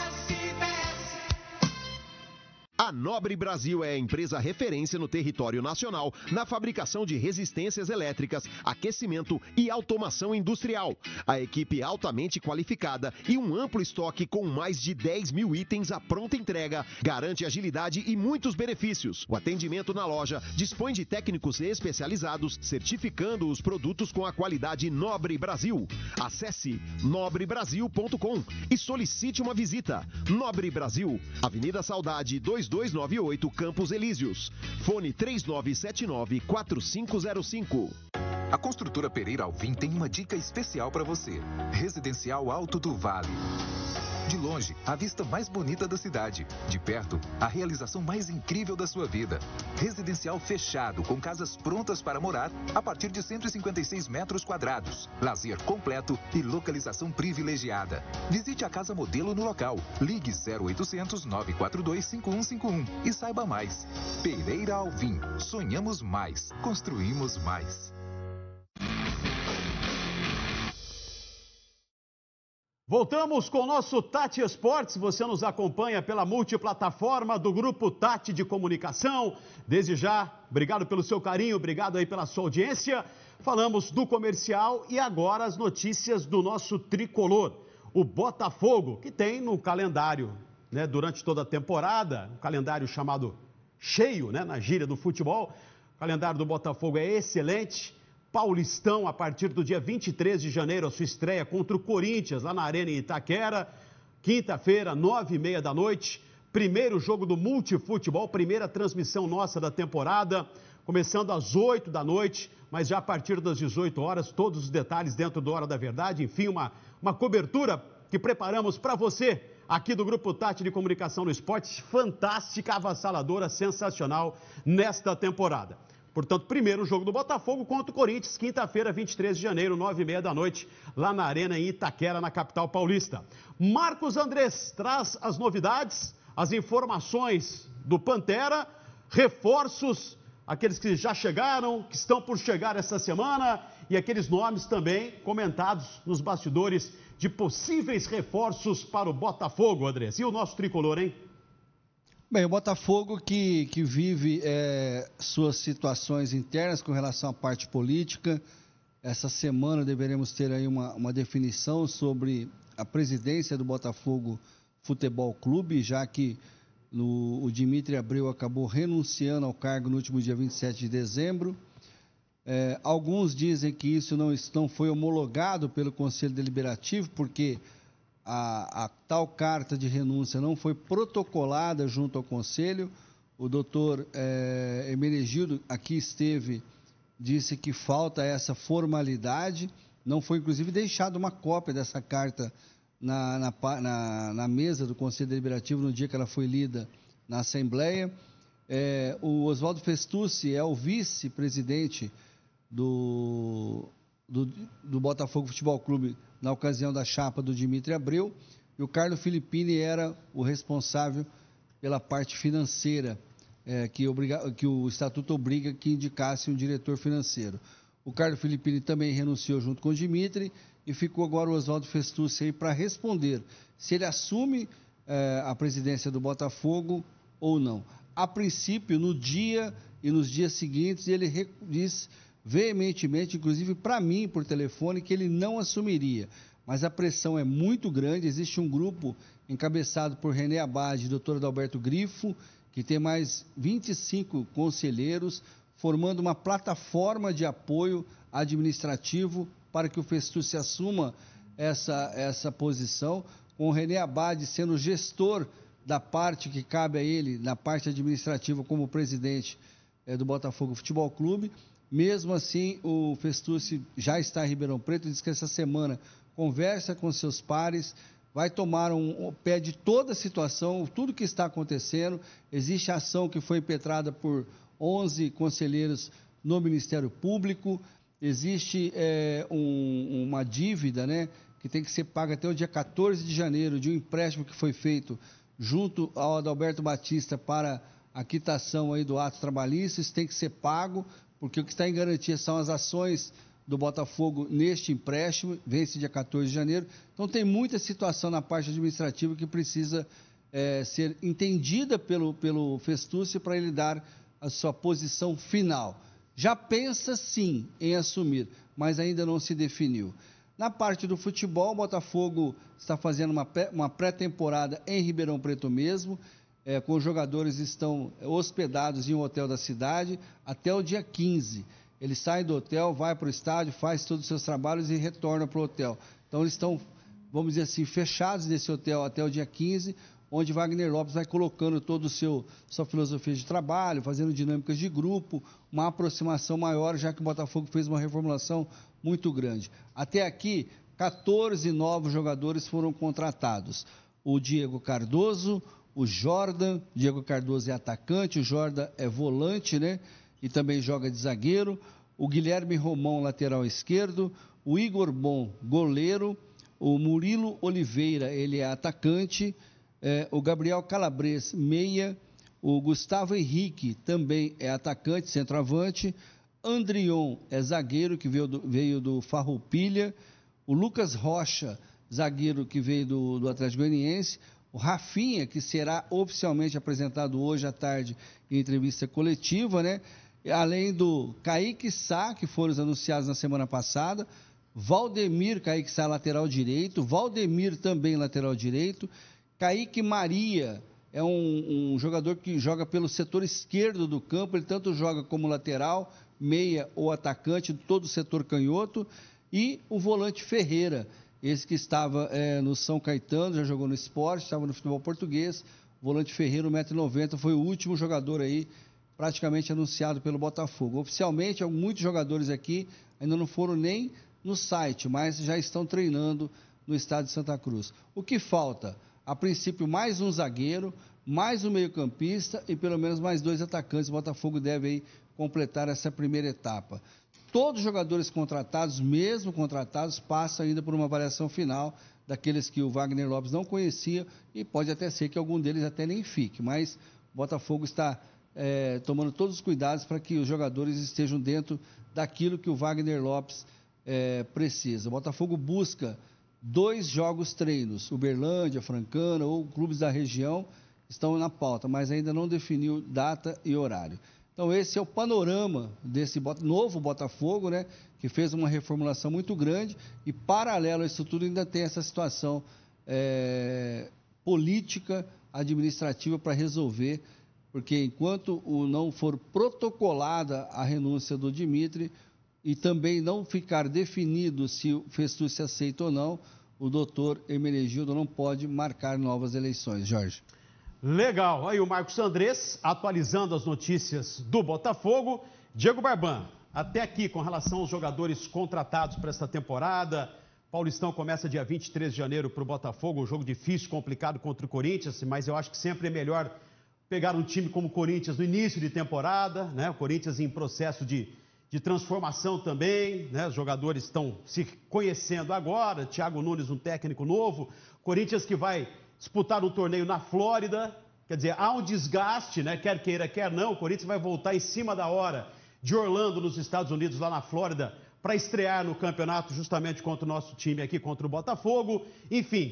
A Nobre Brasil é a empresa referência no território nacional na fabricação de resistências elétricas, aquecimento e automação industrial. A equipe altamente qualificada e um amplo estoque com mais de 10 mil itens à pronta entrega garante agilidade e muitos benefícios. O atendimento na loja dispõe de técnicos especializados, certificando os produtos com a qualidade Nobre Brasil. Acesse nobrebrasil.com e solicite uma visita. Nobre Brasil, Avenida Saudade 2298, Campos Elíseos. Fone 3979-4505. A construtora Pereira Alvim tem uma dica especial para você. Residencial Alto do Vale. De longe, a vista mais bonita da cidade. De perto, a realização mais incrível da sua vida. Residencial fechado, com casas prontas para morar, a partir de 156 metros quadrados. Lazer completo e localização privilegiada. Visite a casa modelo no local. Ligue 0800 942 5151 e saiba mais. Pereira Alvim. Sonhamos mais. Construímos mais. Voltamos com o nosso Tati Esportes. Você nos acompanha pela multiplataforma do Grupo Tati de Comunicação. Desde já, obrigado pelo seu carinho, obrigado aí pela sua audiência. Falamos do comercial e agora as notícias do nosso tricolor. O Botafogo, que tem no calendário, né, durante toda a temporada, um calendário chamado cheio, né, na gíria do futebol. O calendário do Botafogo é excelente. Paulistão, a partir do dia 23 de janeiro, a sua estreia contra o Corinthians, lá na Arena em Itaquera. Quinta-feira, 9h30 da noite. Primeiro jogo do Multifutebol, primeira transmissão nossa da temporada. Começando às 8 da noite, mas já a partir das 18 horas, todos os detalhes dentro do Hora da Verdade. Enfim, uma cobertura que preparamos para você, aqui do Grupo Tati de Comunicação no Esporte. Fantástica, avassaladora, sensacional nesta temporada. Portanto, primeiro jogo do Botafogo contra o Corinthians, quinta-feira, 23 de janeiro, 9h30 da noite, lá na Arena em Itaquera, na capital paulista. Marcos Andrés traz as novidades, as informações do Pantera, reforços, aqueles que já chegaram, que estão por chegar essa semana e aqueles nomes também comentados nos bastidores de possíveis reforços para o Botafogo, Andrés. E o nosso tricolor, hein? Bem, o Botafogo que vive suas situações internas com relação à parte política. Essa semana deveremos ter aí uma definição sobre a presidência do Botafogo Futebol Clube, já que o Dimitri Abreu acabou renunciando ao cargo no último dia 27 de dezembro. Alguns dizem que isso não foi homologado pelo Conselho Deliberativo, porque a tal carta de renúncia não foi protocolada junto ao Conselho. O doutor Emenegildo aqui esteve, disse que falta essa formalidade. Não foi, inclusive, deixada uma cópia dessa carta na mesa do Conselho Deliberativo no dia que ela foi lida na Assembleia. O Oswaldo Festucci é o vice-presidente do Botafogo Futebol Clube na ocasião da chapa do Dimitri Abreu, e o Carlo Filippini era o responsável pela parte financeira, que o Estatuto obriga que indicasse um diretor financeiro. O Carlo Filippini também renunciou junto com o Dimitri, e ficou agora o Oswaldo Festucci aí para responder se ele assume a presidência do Botafogo ou não. A princípio, no dia e nos dias seguintes, ele diz veementemente, inclusive para mim por telefone, que ele não assumiria. Mas a pressão é muito grande, existe um grupo encabeçado por René Abad e Dr. Adalberto Grifo, que tem mais 25 conselheiros, formando uma plataforma de apoio administrativo para que o Festucci assuma essa posição, com o René Abad sendo gestor da parte que cabe a ele, na parte administrativa, como presidente do Botafogo Futebol Clube. Mesmo assim, o Festucci já está em Ribeirão Preto, diz que essa semana conversa com seus pares, vai tomar um pé de toda a situação, tudo que está acontecendo. Existe ação que foi impetrada por 11 conselheiros no Ministério Público, existe uma dívida, né, que tem que ser paga até o dia 14 de janeiro, de um empréstimo que foi feito junto ao Adalberto Batista para a quitação aí do ato trabalhista. Isso tem que ser pago, porque o que está em garantia são as ações do Botafogo neste empréstimo, vence dia 14 de janeiro. Então tem muita situação na parte administrativa que precisa ser entendida pelo Festucci para ele dar a sua posição final. Já pensa sim em assumir, mas ainda não se definiu. Na parte do futebol, o Botafogo está fazendo uma pré-temporada em Ribeirão Preto mesmo, com os jogadores estão hospedados em um hotel da cidade até o dia 15. Eles saem do hotel, vai para o estádio, faz todos os seus trabalhos e retornam para o hotel. Então eles estão, vamos dizer assim, fechados nesse hotel até o dia 15, onde Wagner Lopes vai colocando toda a sua filosofia de trabalho, fazendo dinâmicas de grupo, uma aproximação maior, já que o Botafogo fez uma reformulação muito grande. Até aqui, 14 novos jogadores foram contratados. O Diego Cardoso, o Jordan, Diego Cardoso é atacante, o Jordan é volante, né? E também joga de zagueiro. O Guilherme Romão, lateral esquerdo. O Igor Bom, goleiro. O Murilo Oliveira, ele é atacante. O Gabriel Calabres, meia. O Gustavo Henrique também é atacante, centroavante. Andrion é zagueiro, que veio do Farroupilha. O Lucas Rocha, zagueiro, que veio do Atlético Goianiense. O Rafinha, que será oficialmente apresentado hoje à tarde em entrevista coletiva, né? Além do Kaique Sá, que foram anunciados na semana passada. Valdemir, Kaique Sá, lateral direito. Valdemir, também lateral direito. Kaique Maria é um jogador que joga pelo setor esquerdo do campo. Ele tanto joga como lateral, meia ou atacante, todo o setor canhoto. E o volante Ferreira, esse que estava no São Caetano, já jogou no Sport, estava no futebol português. O volante Ferreira, 1,90 m, foi o último jogador aí praticamente anunciado pelo Botafogo. Oficialmente, muitos jogadores aqui ainda não foram nem no site, mas já estão treinando no estado de Santa Cruz. O que falta? A princípio, mais um zagueiro, mais um meio-campista e pelo menos mais 2 atacantes. O Botafogo deve aí completar essa primeira etapa. Todos os jogadores contratados, mesmo contratados, passam ainda por uma avaliação final daqueles que o Wagner Lopes não conhecia, e pode até ser que algum deles até nem fique, mas o Botafogo está tomando todos os cuidados para que os jogadores estejam dentro daquilo que o Wagner Lopes precisa. O Botafogo busca 2 jogos treinos, Uberlândia, Francana ou clubes da região estão na pauta, mas ainda não definiu data e horário. Então esse é o panorama desse novo Botafogo, né, que fez uma reformulação muito grande e paralelo a isso tudo ainda tem essa situação política, administrativa para resolver, porque enquanto não for protocolada a renúncia do Dimitri e também não ficar definido se o Festucci aceita ou não, o doutor Hermenegildo não pode marcar novas eleições. Jorge. Legal, aí o Marcos Andrés atualizando as notícias do Botafogo. Diego Barban, até aqui com relação aos jogadores contratados para esta temporada. Paulistão começa dia 23 de janeiro para o Botafogo, um jogo difícil, complicado contra o Corinthians, mas eu acho que sempre é melhor pegar um time como o Corinthians no início de temporada, né? O Corinthians em processo de transformação também, né? Os jogadores estão se conhecendo agora, Thiago Nunes, um técnico novo, Corinthians que vai disputar um torneio na Flórida, quer dizer, há um desgaste, né? Quer queira, quer não, o Corinthians vai voltar em cima da hora de Orlando, nos Estados Unidos, lá na Flórida, para estrear no campeonato justamente contra o nosso time aqui, contra o Botafogo. Enfim,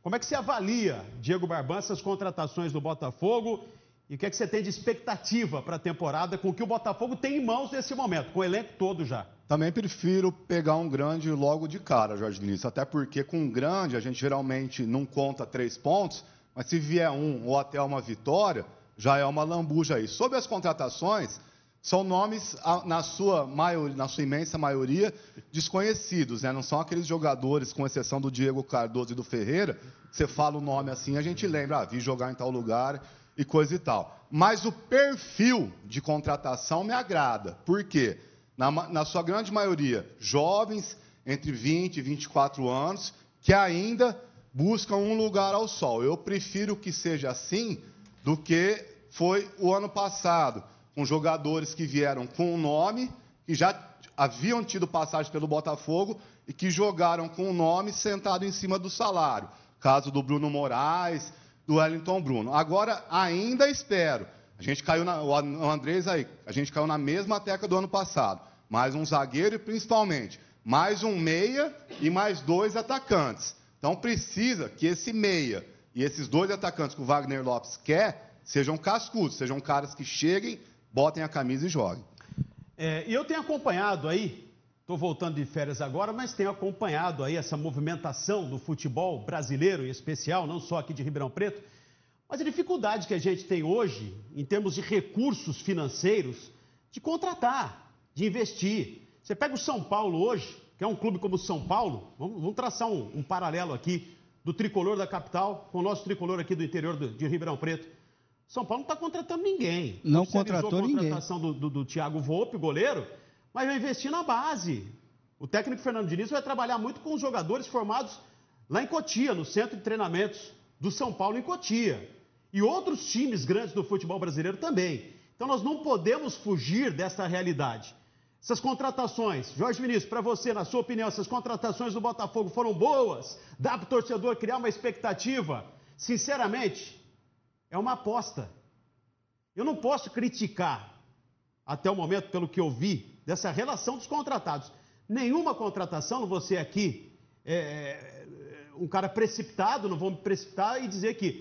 Como é que você avalia, Diego Barban, essas contratações do Botafogo e o que é que você tem de expectativa para a temporada com o que o Botafogo tem em mãos nesse momento, com o elenco todo já? Também prefiro pegar um grande logo de cara, Jorge Vinícius, até porque com um grande a gente geralmente não conta 3 pontos, mas se vier um ou até uma vitória, já é uma lambuja aí. Sobre as contratações, são nomes, na sua imensa maioria, desconhecidos, né? Não são aqueles jogadores, com exceção do Diego Cardoso e do Ferreira, você fala o nome assim, a gente lembra, vi jogar em tal lugar e coisa e tal. Mas o perfil de contratação me agrada. Por quê? Na sua grande maioria, jovens entre 20 e 24 anos, que ainda buscam um lugar ao sol. Eu prefiro que seja assim do que foi o ano passado, com jogadores que vieram com um nome, que já haviam tido passagem pelo Botafogo e que jogaram com o nome sentado em cima do salário. Caso do Bruno Moraes, do Wellington Bruno. Agora, ainda espero. A gente caiu o Andrés aí, a gente caiu na mesma tecla do ano passado. Mais um zagueiro e, principalmente, mais um meia e mais 2 atacantes. Então, precisa que esse meia e esses 2 atacantes que o Wagner Lopes quer sejam cascudos, sejam caras que cheguem, botem a camisa e joguem. E eu tenho acompanhado aí, estou voltando de férias agora, mas tenho acompanhado aí essa movimentação do futebol brasileiro, em especial, não só aqui de Ribeirão Preto, mas a dificuldade que a gente tem hoje, em termos de recursos financeiros, de contratar, de investir. Você pega o São Paulo hoje, que é um clube como o São Paulo, vamos traçar um paralelo aqui do tricolor da capital com o nosso tricolor aqui do interior de Ribeirão Preto. São Paulo não está contratando ninguém. Não contratou ninguém. A contratação do Thiago Volpe, goleiro, mas vai investir na base. O técnico Fernando Diniz vai trabalhar muito com os jogadores formados lá em Cotia, no centro de treinamentos do São Paulo em Cotia. E outros times grandes do futebol brasileiro também. Então nós não podemos fugir dessa realidade. Essas contratações, Jorge Vinícius, para você, na sua opinião, essas contratações do Botafogo foram boas? Dá para o torcedor criar uma expectativa? Sinceramente, é uma aposta. Eu não posso criticar, até o momento, pelo que eu vi, dessa relação dos contratados. Nenhuma contratação, não vou ser aqui um cara precipitado, não vou me precipitar e dizer que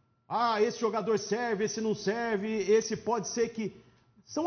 esse jogador serve, esse não serve, esse pode ser que... São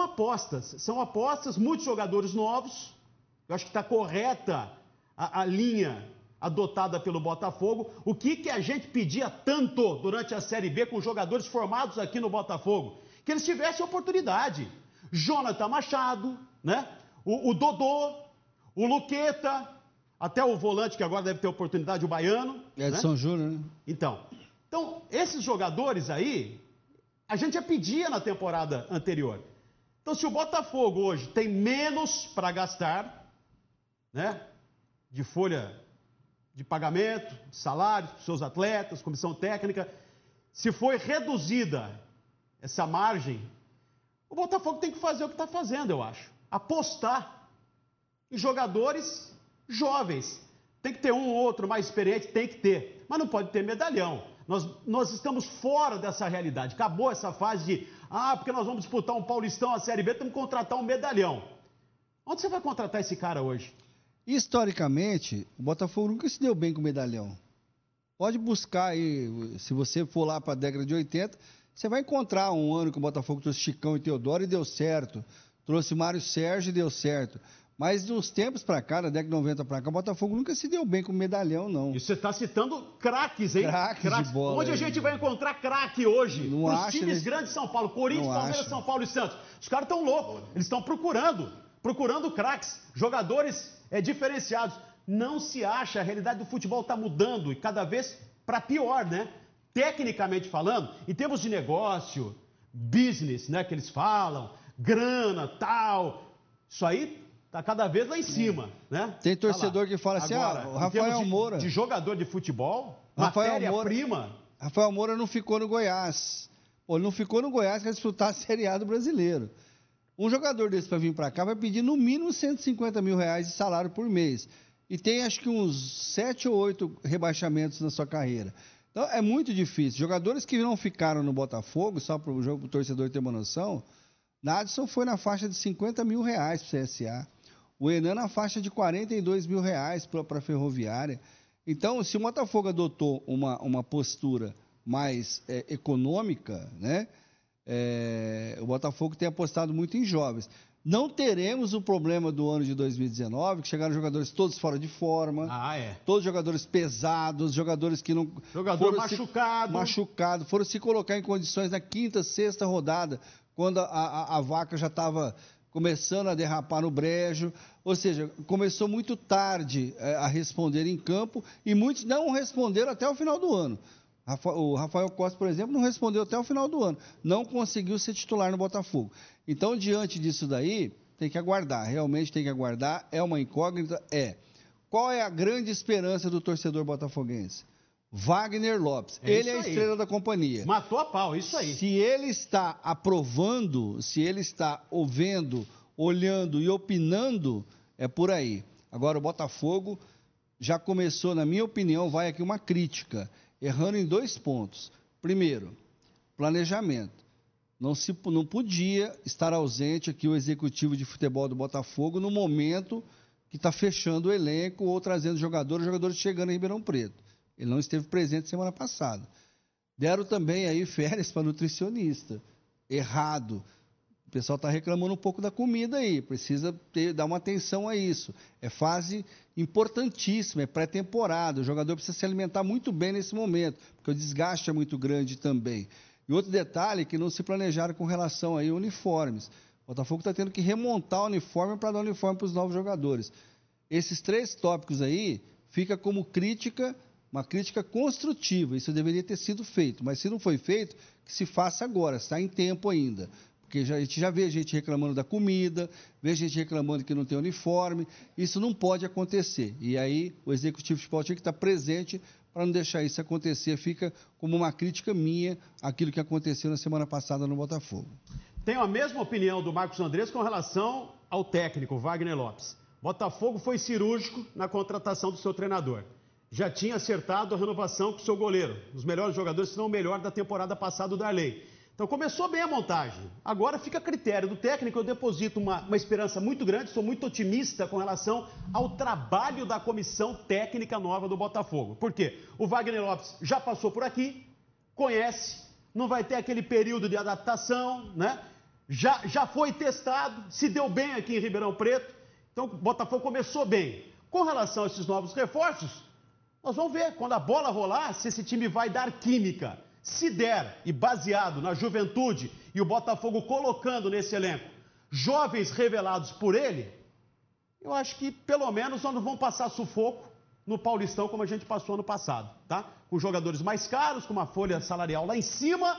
apostas, muitos jogadores novos. Eu acho que está correta a linha adotada pelo Botafogo. O que a gente pedia tanto durante a Série B com jogadores formados aqui no Botafogo? Que eles tivessem oportunidade. Jonathan Machado, né? O Dodô, o Luqueta, até o volante que agora deve ter oportunidade, o Baiano. Edson, né? Júnior, né? Então, esses jogadores aí, a gente já pedia na temporada anterior. Então, se o Botafogo hoje tem menos para gastar, né? De folha de pagamento, de salários para os seus atletas, comissão técnica, se foi reduzida essa margem, o Botafogo tem que fazer o que está fazendo, eu acho. Apostar em jogadores jovens. Tem que ter um ou outro mais experiente, tem que ter. Mas não pode ter medalhão. Nós estamos fora dessa realidade. Acabou essa fase de, porque nós vamos disputar um Paulistão, a Série B, temos que contratar um medalhão. Onde você vai contratar esse cara hoje? Historicamente, o Botafogo nunca se deu bem com o medalhão. Pode buscar aí, se você for lá para a década de 80, você vai encontrar um ano que o Botafogo trouxe Chicão e Teodoro e deu certo. Trouxe Mário Sérgio e deu certo. Mas dos tempos para cá, da década de 90 para cá, o Botafogo nunca se deu bem com medalhão, não. E você está citando craques, hein? Craques de bola. Onde a gente vai encontrar craque hoje? Não Os acha, times né? grandes de São Paulo, Corinthians, Palmeiras, São Paulo e Santos. Os caras estão loucos. Eles estão procurando craques, jogadores diferenciados. Não se acha, a realidade do futebol está mudando e cada vez para pior, né? Tecnicamente falando, em termos de negócio, business, né, que eles falam, grana, tal, isso aí está cada vez lá em cima, né? Tem torcedor que fala assim, agora, o Rafael Moura... De jogador de futebol, matéria-prima... Rafael Moura não ficou no Goiás. Ele não ficou no Goiás para disputar a Série A do Brasileiro. Um jogador desse para vir para cá vai pedir no mínimo R$150 mil de salário por mês. E tem acho que uns 7 ou 8 rebaixamentos na sua carreira. Então é muito difícil. Jogadores que não ficaram no Botafogo, só para o torcedor ter uma noção, Nadson foi na faixa de R$50 mil para o CSA. O Enan na faixa de R$42 mil para a Ferroviária. Então, se o Botafogo adotou uma postura mais econômica, né? O Botafogo tem apostado muito em jovens. Não teremos o problema do ano de 2019, que chegaram jogadores todos fora de forma, todos jogadores pesados, jogadores que não... Jogador machucado, foram se colocar em condições na quinta, sexta rodada, quando a vaca já estava começando a derrapar no brejo, ou seja, começou muito tarde a responder em campo, e muitos não responderam até o final do ano. O Rafael Costa, por exemplo, não respondeu até o final do ano. Não conseguiu ser titular no Botafogo. Então, diante disso daí, tem que aguardar. Realmente tem que aguardar. É uma incógnita? Qual é a grande esperança do torcedor botafoguense? Wagner Lopes. Ele é a estrela da companhia. Matou a pau, isso aí. Se ele está aprovando, se ele está ouvindo, olhando e opinando, é por aí. Agora, o Botafogo já começou, na minha opinião, vai aqui uma crítica, errando em 2 pontos. Primeiro, planejamento. Não podia estar ausente aqui o executivo de futebol do Botafogo no momento que está fechando o elenco ou trazendo jogadores chegando em Ribeirão Preto. Ele não esteve presente semana passada. Deram também aí férias para nutricionista. Errado. O pessoal está reclamando um pouco da comida aí. Precisa dar uma atenção a isso. É fase importantíssima, é pré-temporada. O jogador precisa se alimentar muito bem nesse momento, porque o desgaste é muito grande também. E outro detalhe é que não se planejaram com relação aí a uniformes. O Botafogo está tendo que remontar o uniforme para dar uniforme para os novos jogadores. Esses 3 tópicos aí fica como crítica, uma crítica construtiva. Isso deveria ter sido feito, mas se não foi feito, que se faça agora, está em tempo ainda. Porque a gente já vê gente reclamando da comida, vê gente reclamando que não tem uniforme. Isso não pode acontecer. E aí o executivo de futebol tinha que estar presente para não deixar isso acontecer. Fica como uma crítica minha aquilo que aconteceu na semana passada no Botafogo. Tenho a mesma opinião do Marcos Andrés com relação ao técnico, Wagner Lopes. Botafogo foi cirúrgico na contratação do seu treinador. Já tinha acertado a renovação com o seu goleiro, os melhores jogadores, se não o melhor da temporada passada, o Darley. Então começou bem a montagem. Agora fica a critério do técnico. Eu deposito uma esperança muito grande, sou muito otimista com relação ao trabalho da comissão técnica nova do Botafogo. Por quê? O Wagner Lopes já passou por aqui, conhece, não vai ter aquele período de adaptação, né? Já foi testado, se deu bem aqui em Ribeirão Preto. Então o Botafogo começou bem. Com relação a esses novos reforços, nós vamos ver quando a bola rolar se esse time vai dar química. Se der, e baseado na juventude e o Botafogo colocando nesse elenco jovens revelados por ele, eu acho que pelo menos nós não vamos passar sufoco no Paulistão como a gente passou ano passado, tá? Com jogadores mais caros, com uma folha salarial lá em cima,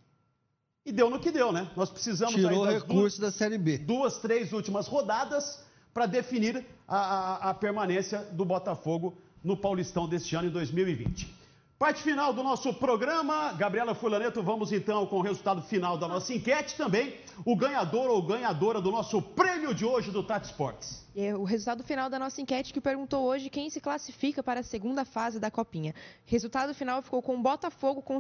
e deu no que deu, né? Nós precisamos... Tirou o recurso da Série B. 2, 3 últimas rodadas para definir a permanência do Botafogo no Paulistão deste ano, em 2020. Parte final do nosso programa. Gabriela Fulaneto, vamos então com o resultado final da nossa enquete. Também o ganhador ou ganhadora do nosso prêmio de hoje do Tati Sports. O resultado final da nossa enquete que perguntou hoje quem se classifica para a segunda fase da Copinha. Resultado final ficou com o Botafogo com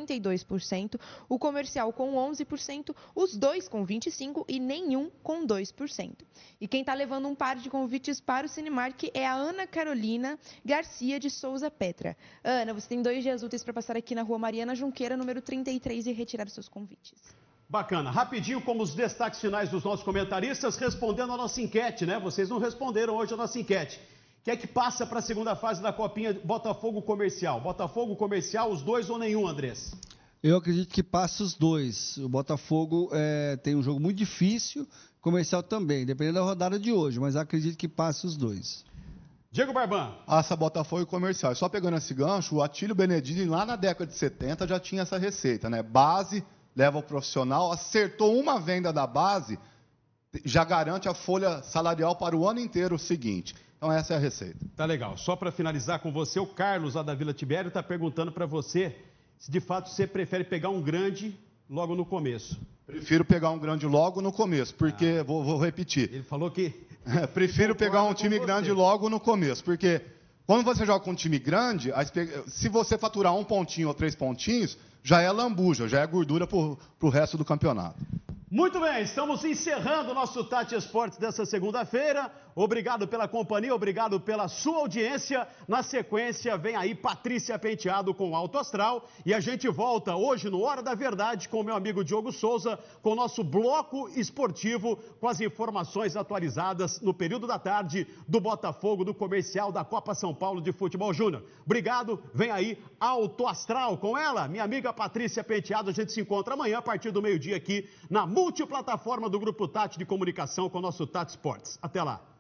62%, o Comercial com 11%, os dois com 25% e nenhum com 2%. E quem está levando um par de convites para o Cinemark é a Ana Carolina Garcia de Souza Petra. Ana, você tem 2 dias úteis para passar aqui na Rua Mariana Junqueira, número 33, e retirar os seus convites. Bacana. Rapidinho, como os destaques finais dos nossos comentaristas, respondendo a nossa enquete, né? Vocês não responderam hoje a nossa enquete. Quem é que passa para a segunda fase da Copinha, Botafogo Comercial? Botafogo Comercial, os dois ou nenhum, Andrés? Eu acredito que passa os dois. O Botafogo tem um jogo muito difícil, Comercial também, dependendo da rodada de hoje, mas acredito que passa os dois. Diego Barban. Passa Botafogo e Comercial. Só pegando esse gancho, o Atílio Benedini, lá na década de 70, já tinha essa receita, né? Base, leva o profissional, acertou uma venda da base, já garante a folha salarial para o ano inteiro seguinte. Então essa é a receita. Tá legal. Só para finalizar com você, o Carlos, lá da Vila Tibério, está perguntando para você se de fato você prefere pegar um grande logo no começo. Prefiro pegar um grande logo no começo, porque, vou repetir. Ele falou que... prefiro pegar um time grande logo no começo, porque quando você joga com um time grande, se você faturar 1 pontinho ou 3 pontinhos, já é lambuja, já é gordura para o resto do campeonato. Muito bem, estamos encerrando o nosso Tati Esportes dessa segunda-feira. Obrigado pela companhia, obrigado pela sua audiência. Na sequência, vem aí Patrícia Penteado com Alto Astral. E a gente volta hoje no Hora da Verdade com o meu amigo Diogo Souza, com o nosso bloco esportivo, com as informações atualizadas no período da tarde do Botafogo, do comercial da Copa São Paulo de Futebol Júnior. Obrigado, vem aí Alto Astral com ela, minha amiga Patrícia Penteado. A gente se encontra amanhã a partir do meio-dia aqui na multiplataforma do Grupo Tati de Comunicação com o nosso Tati Esportes. Até lá.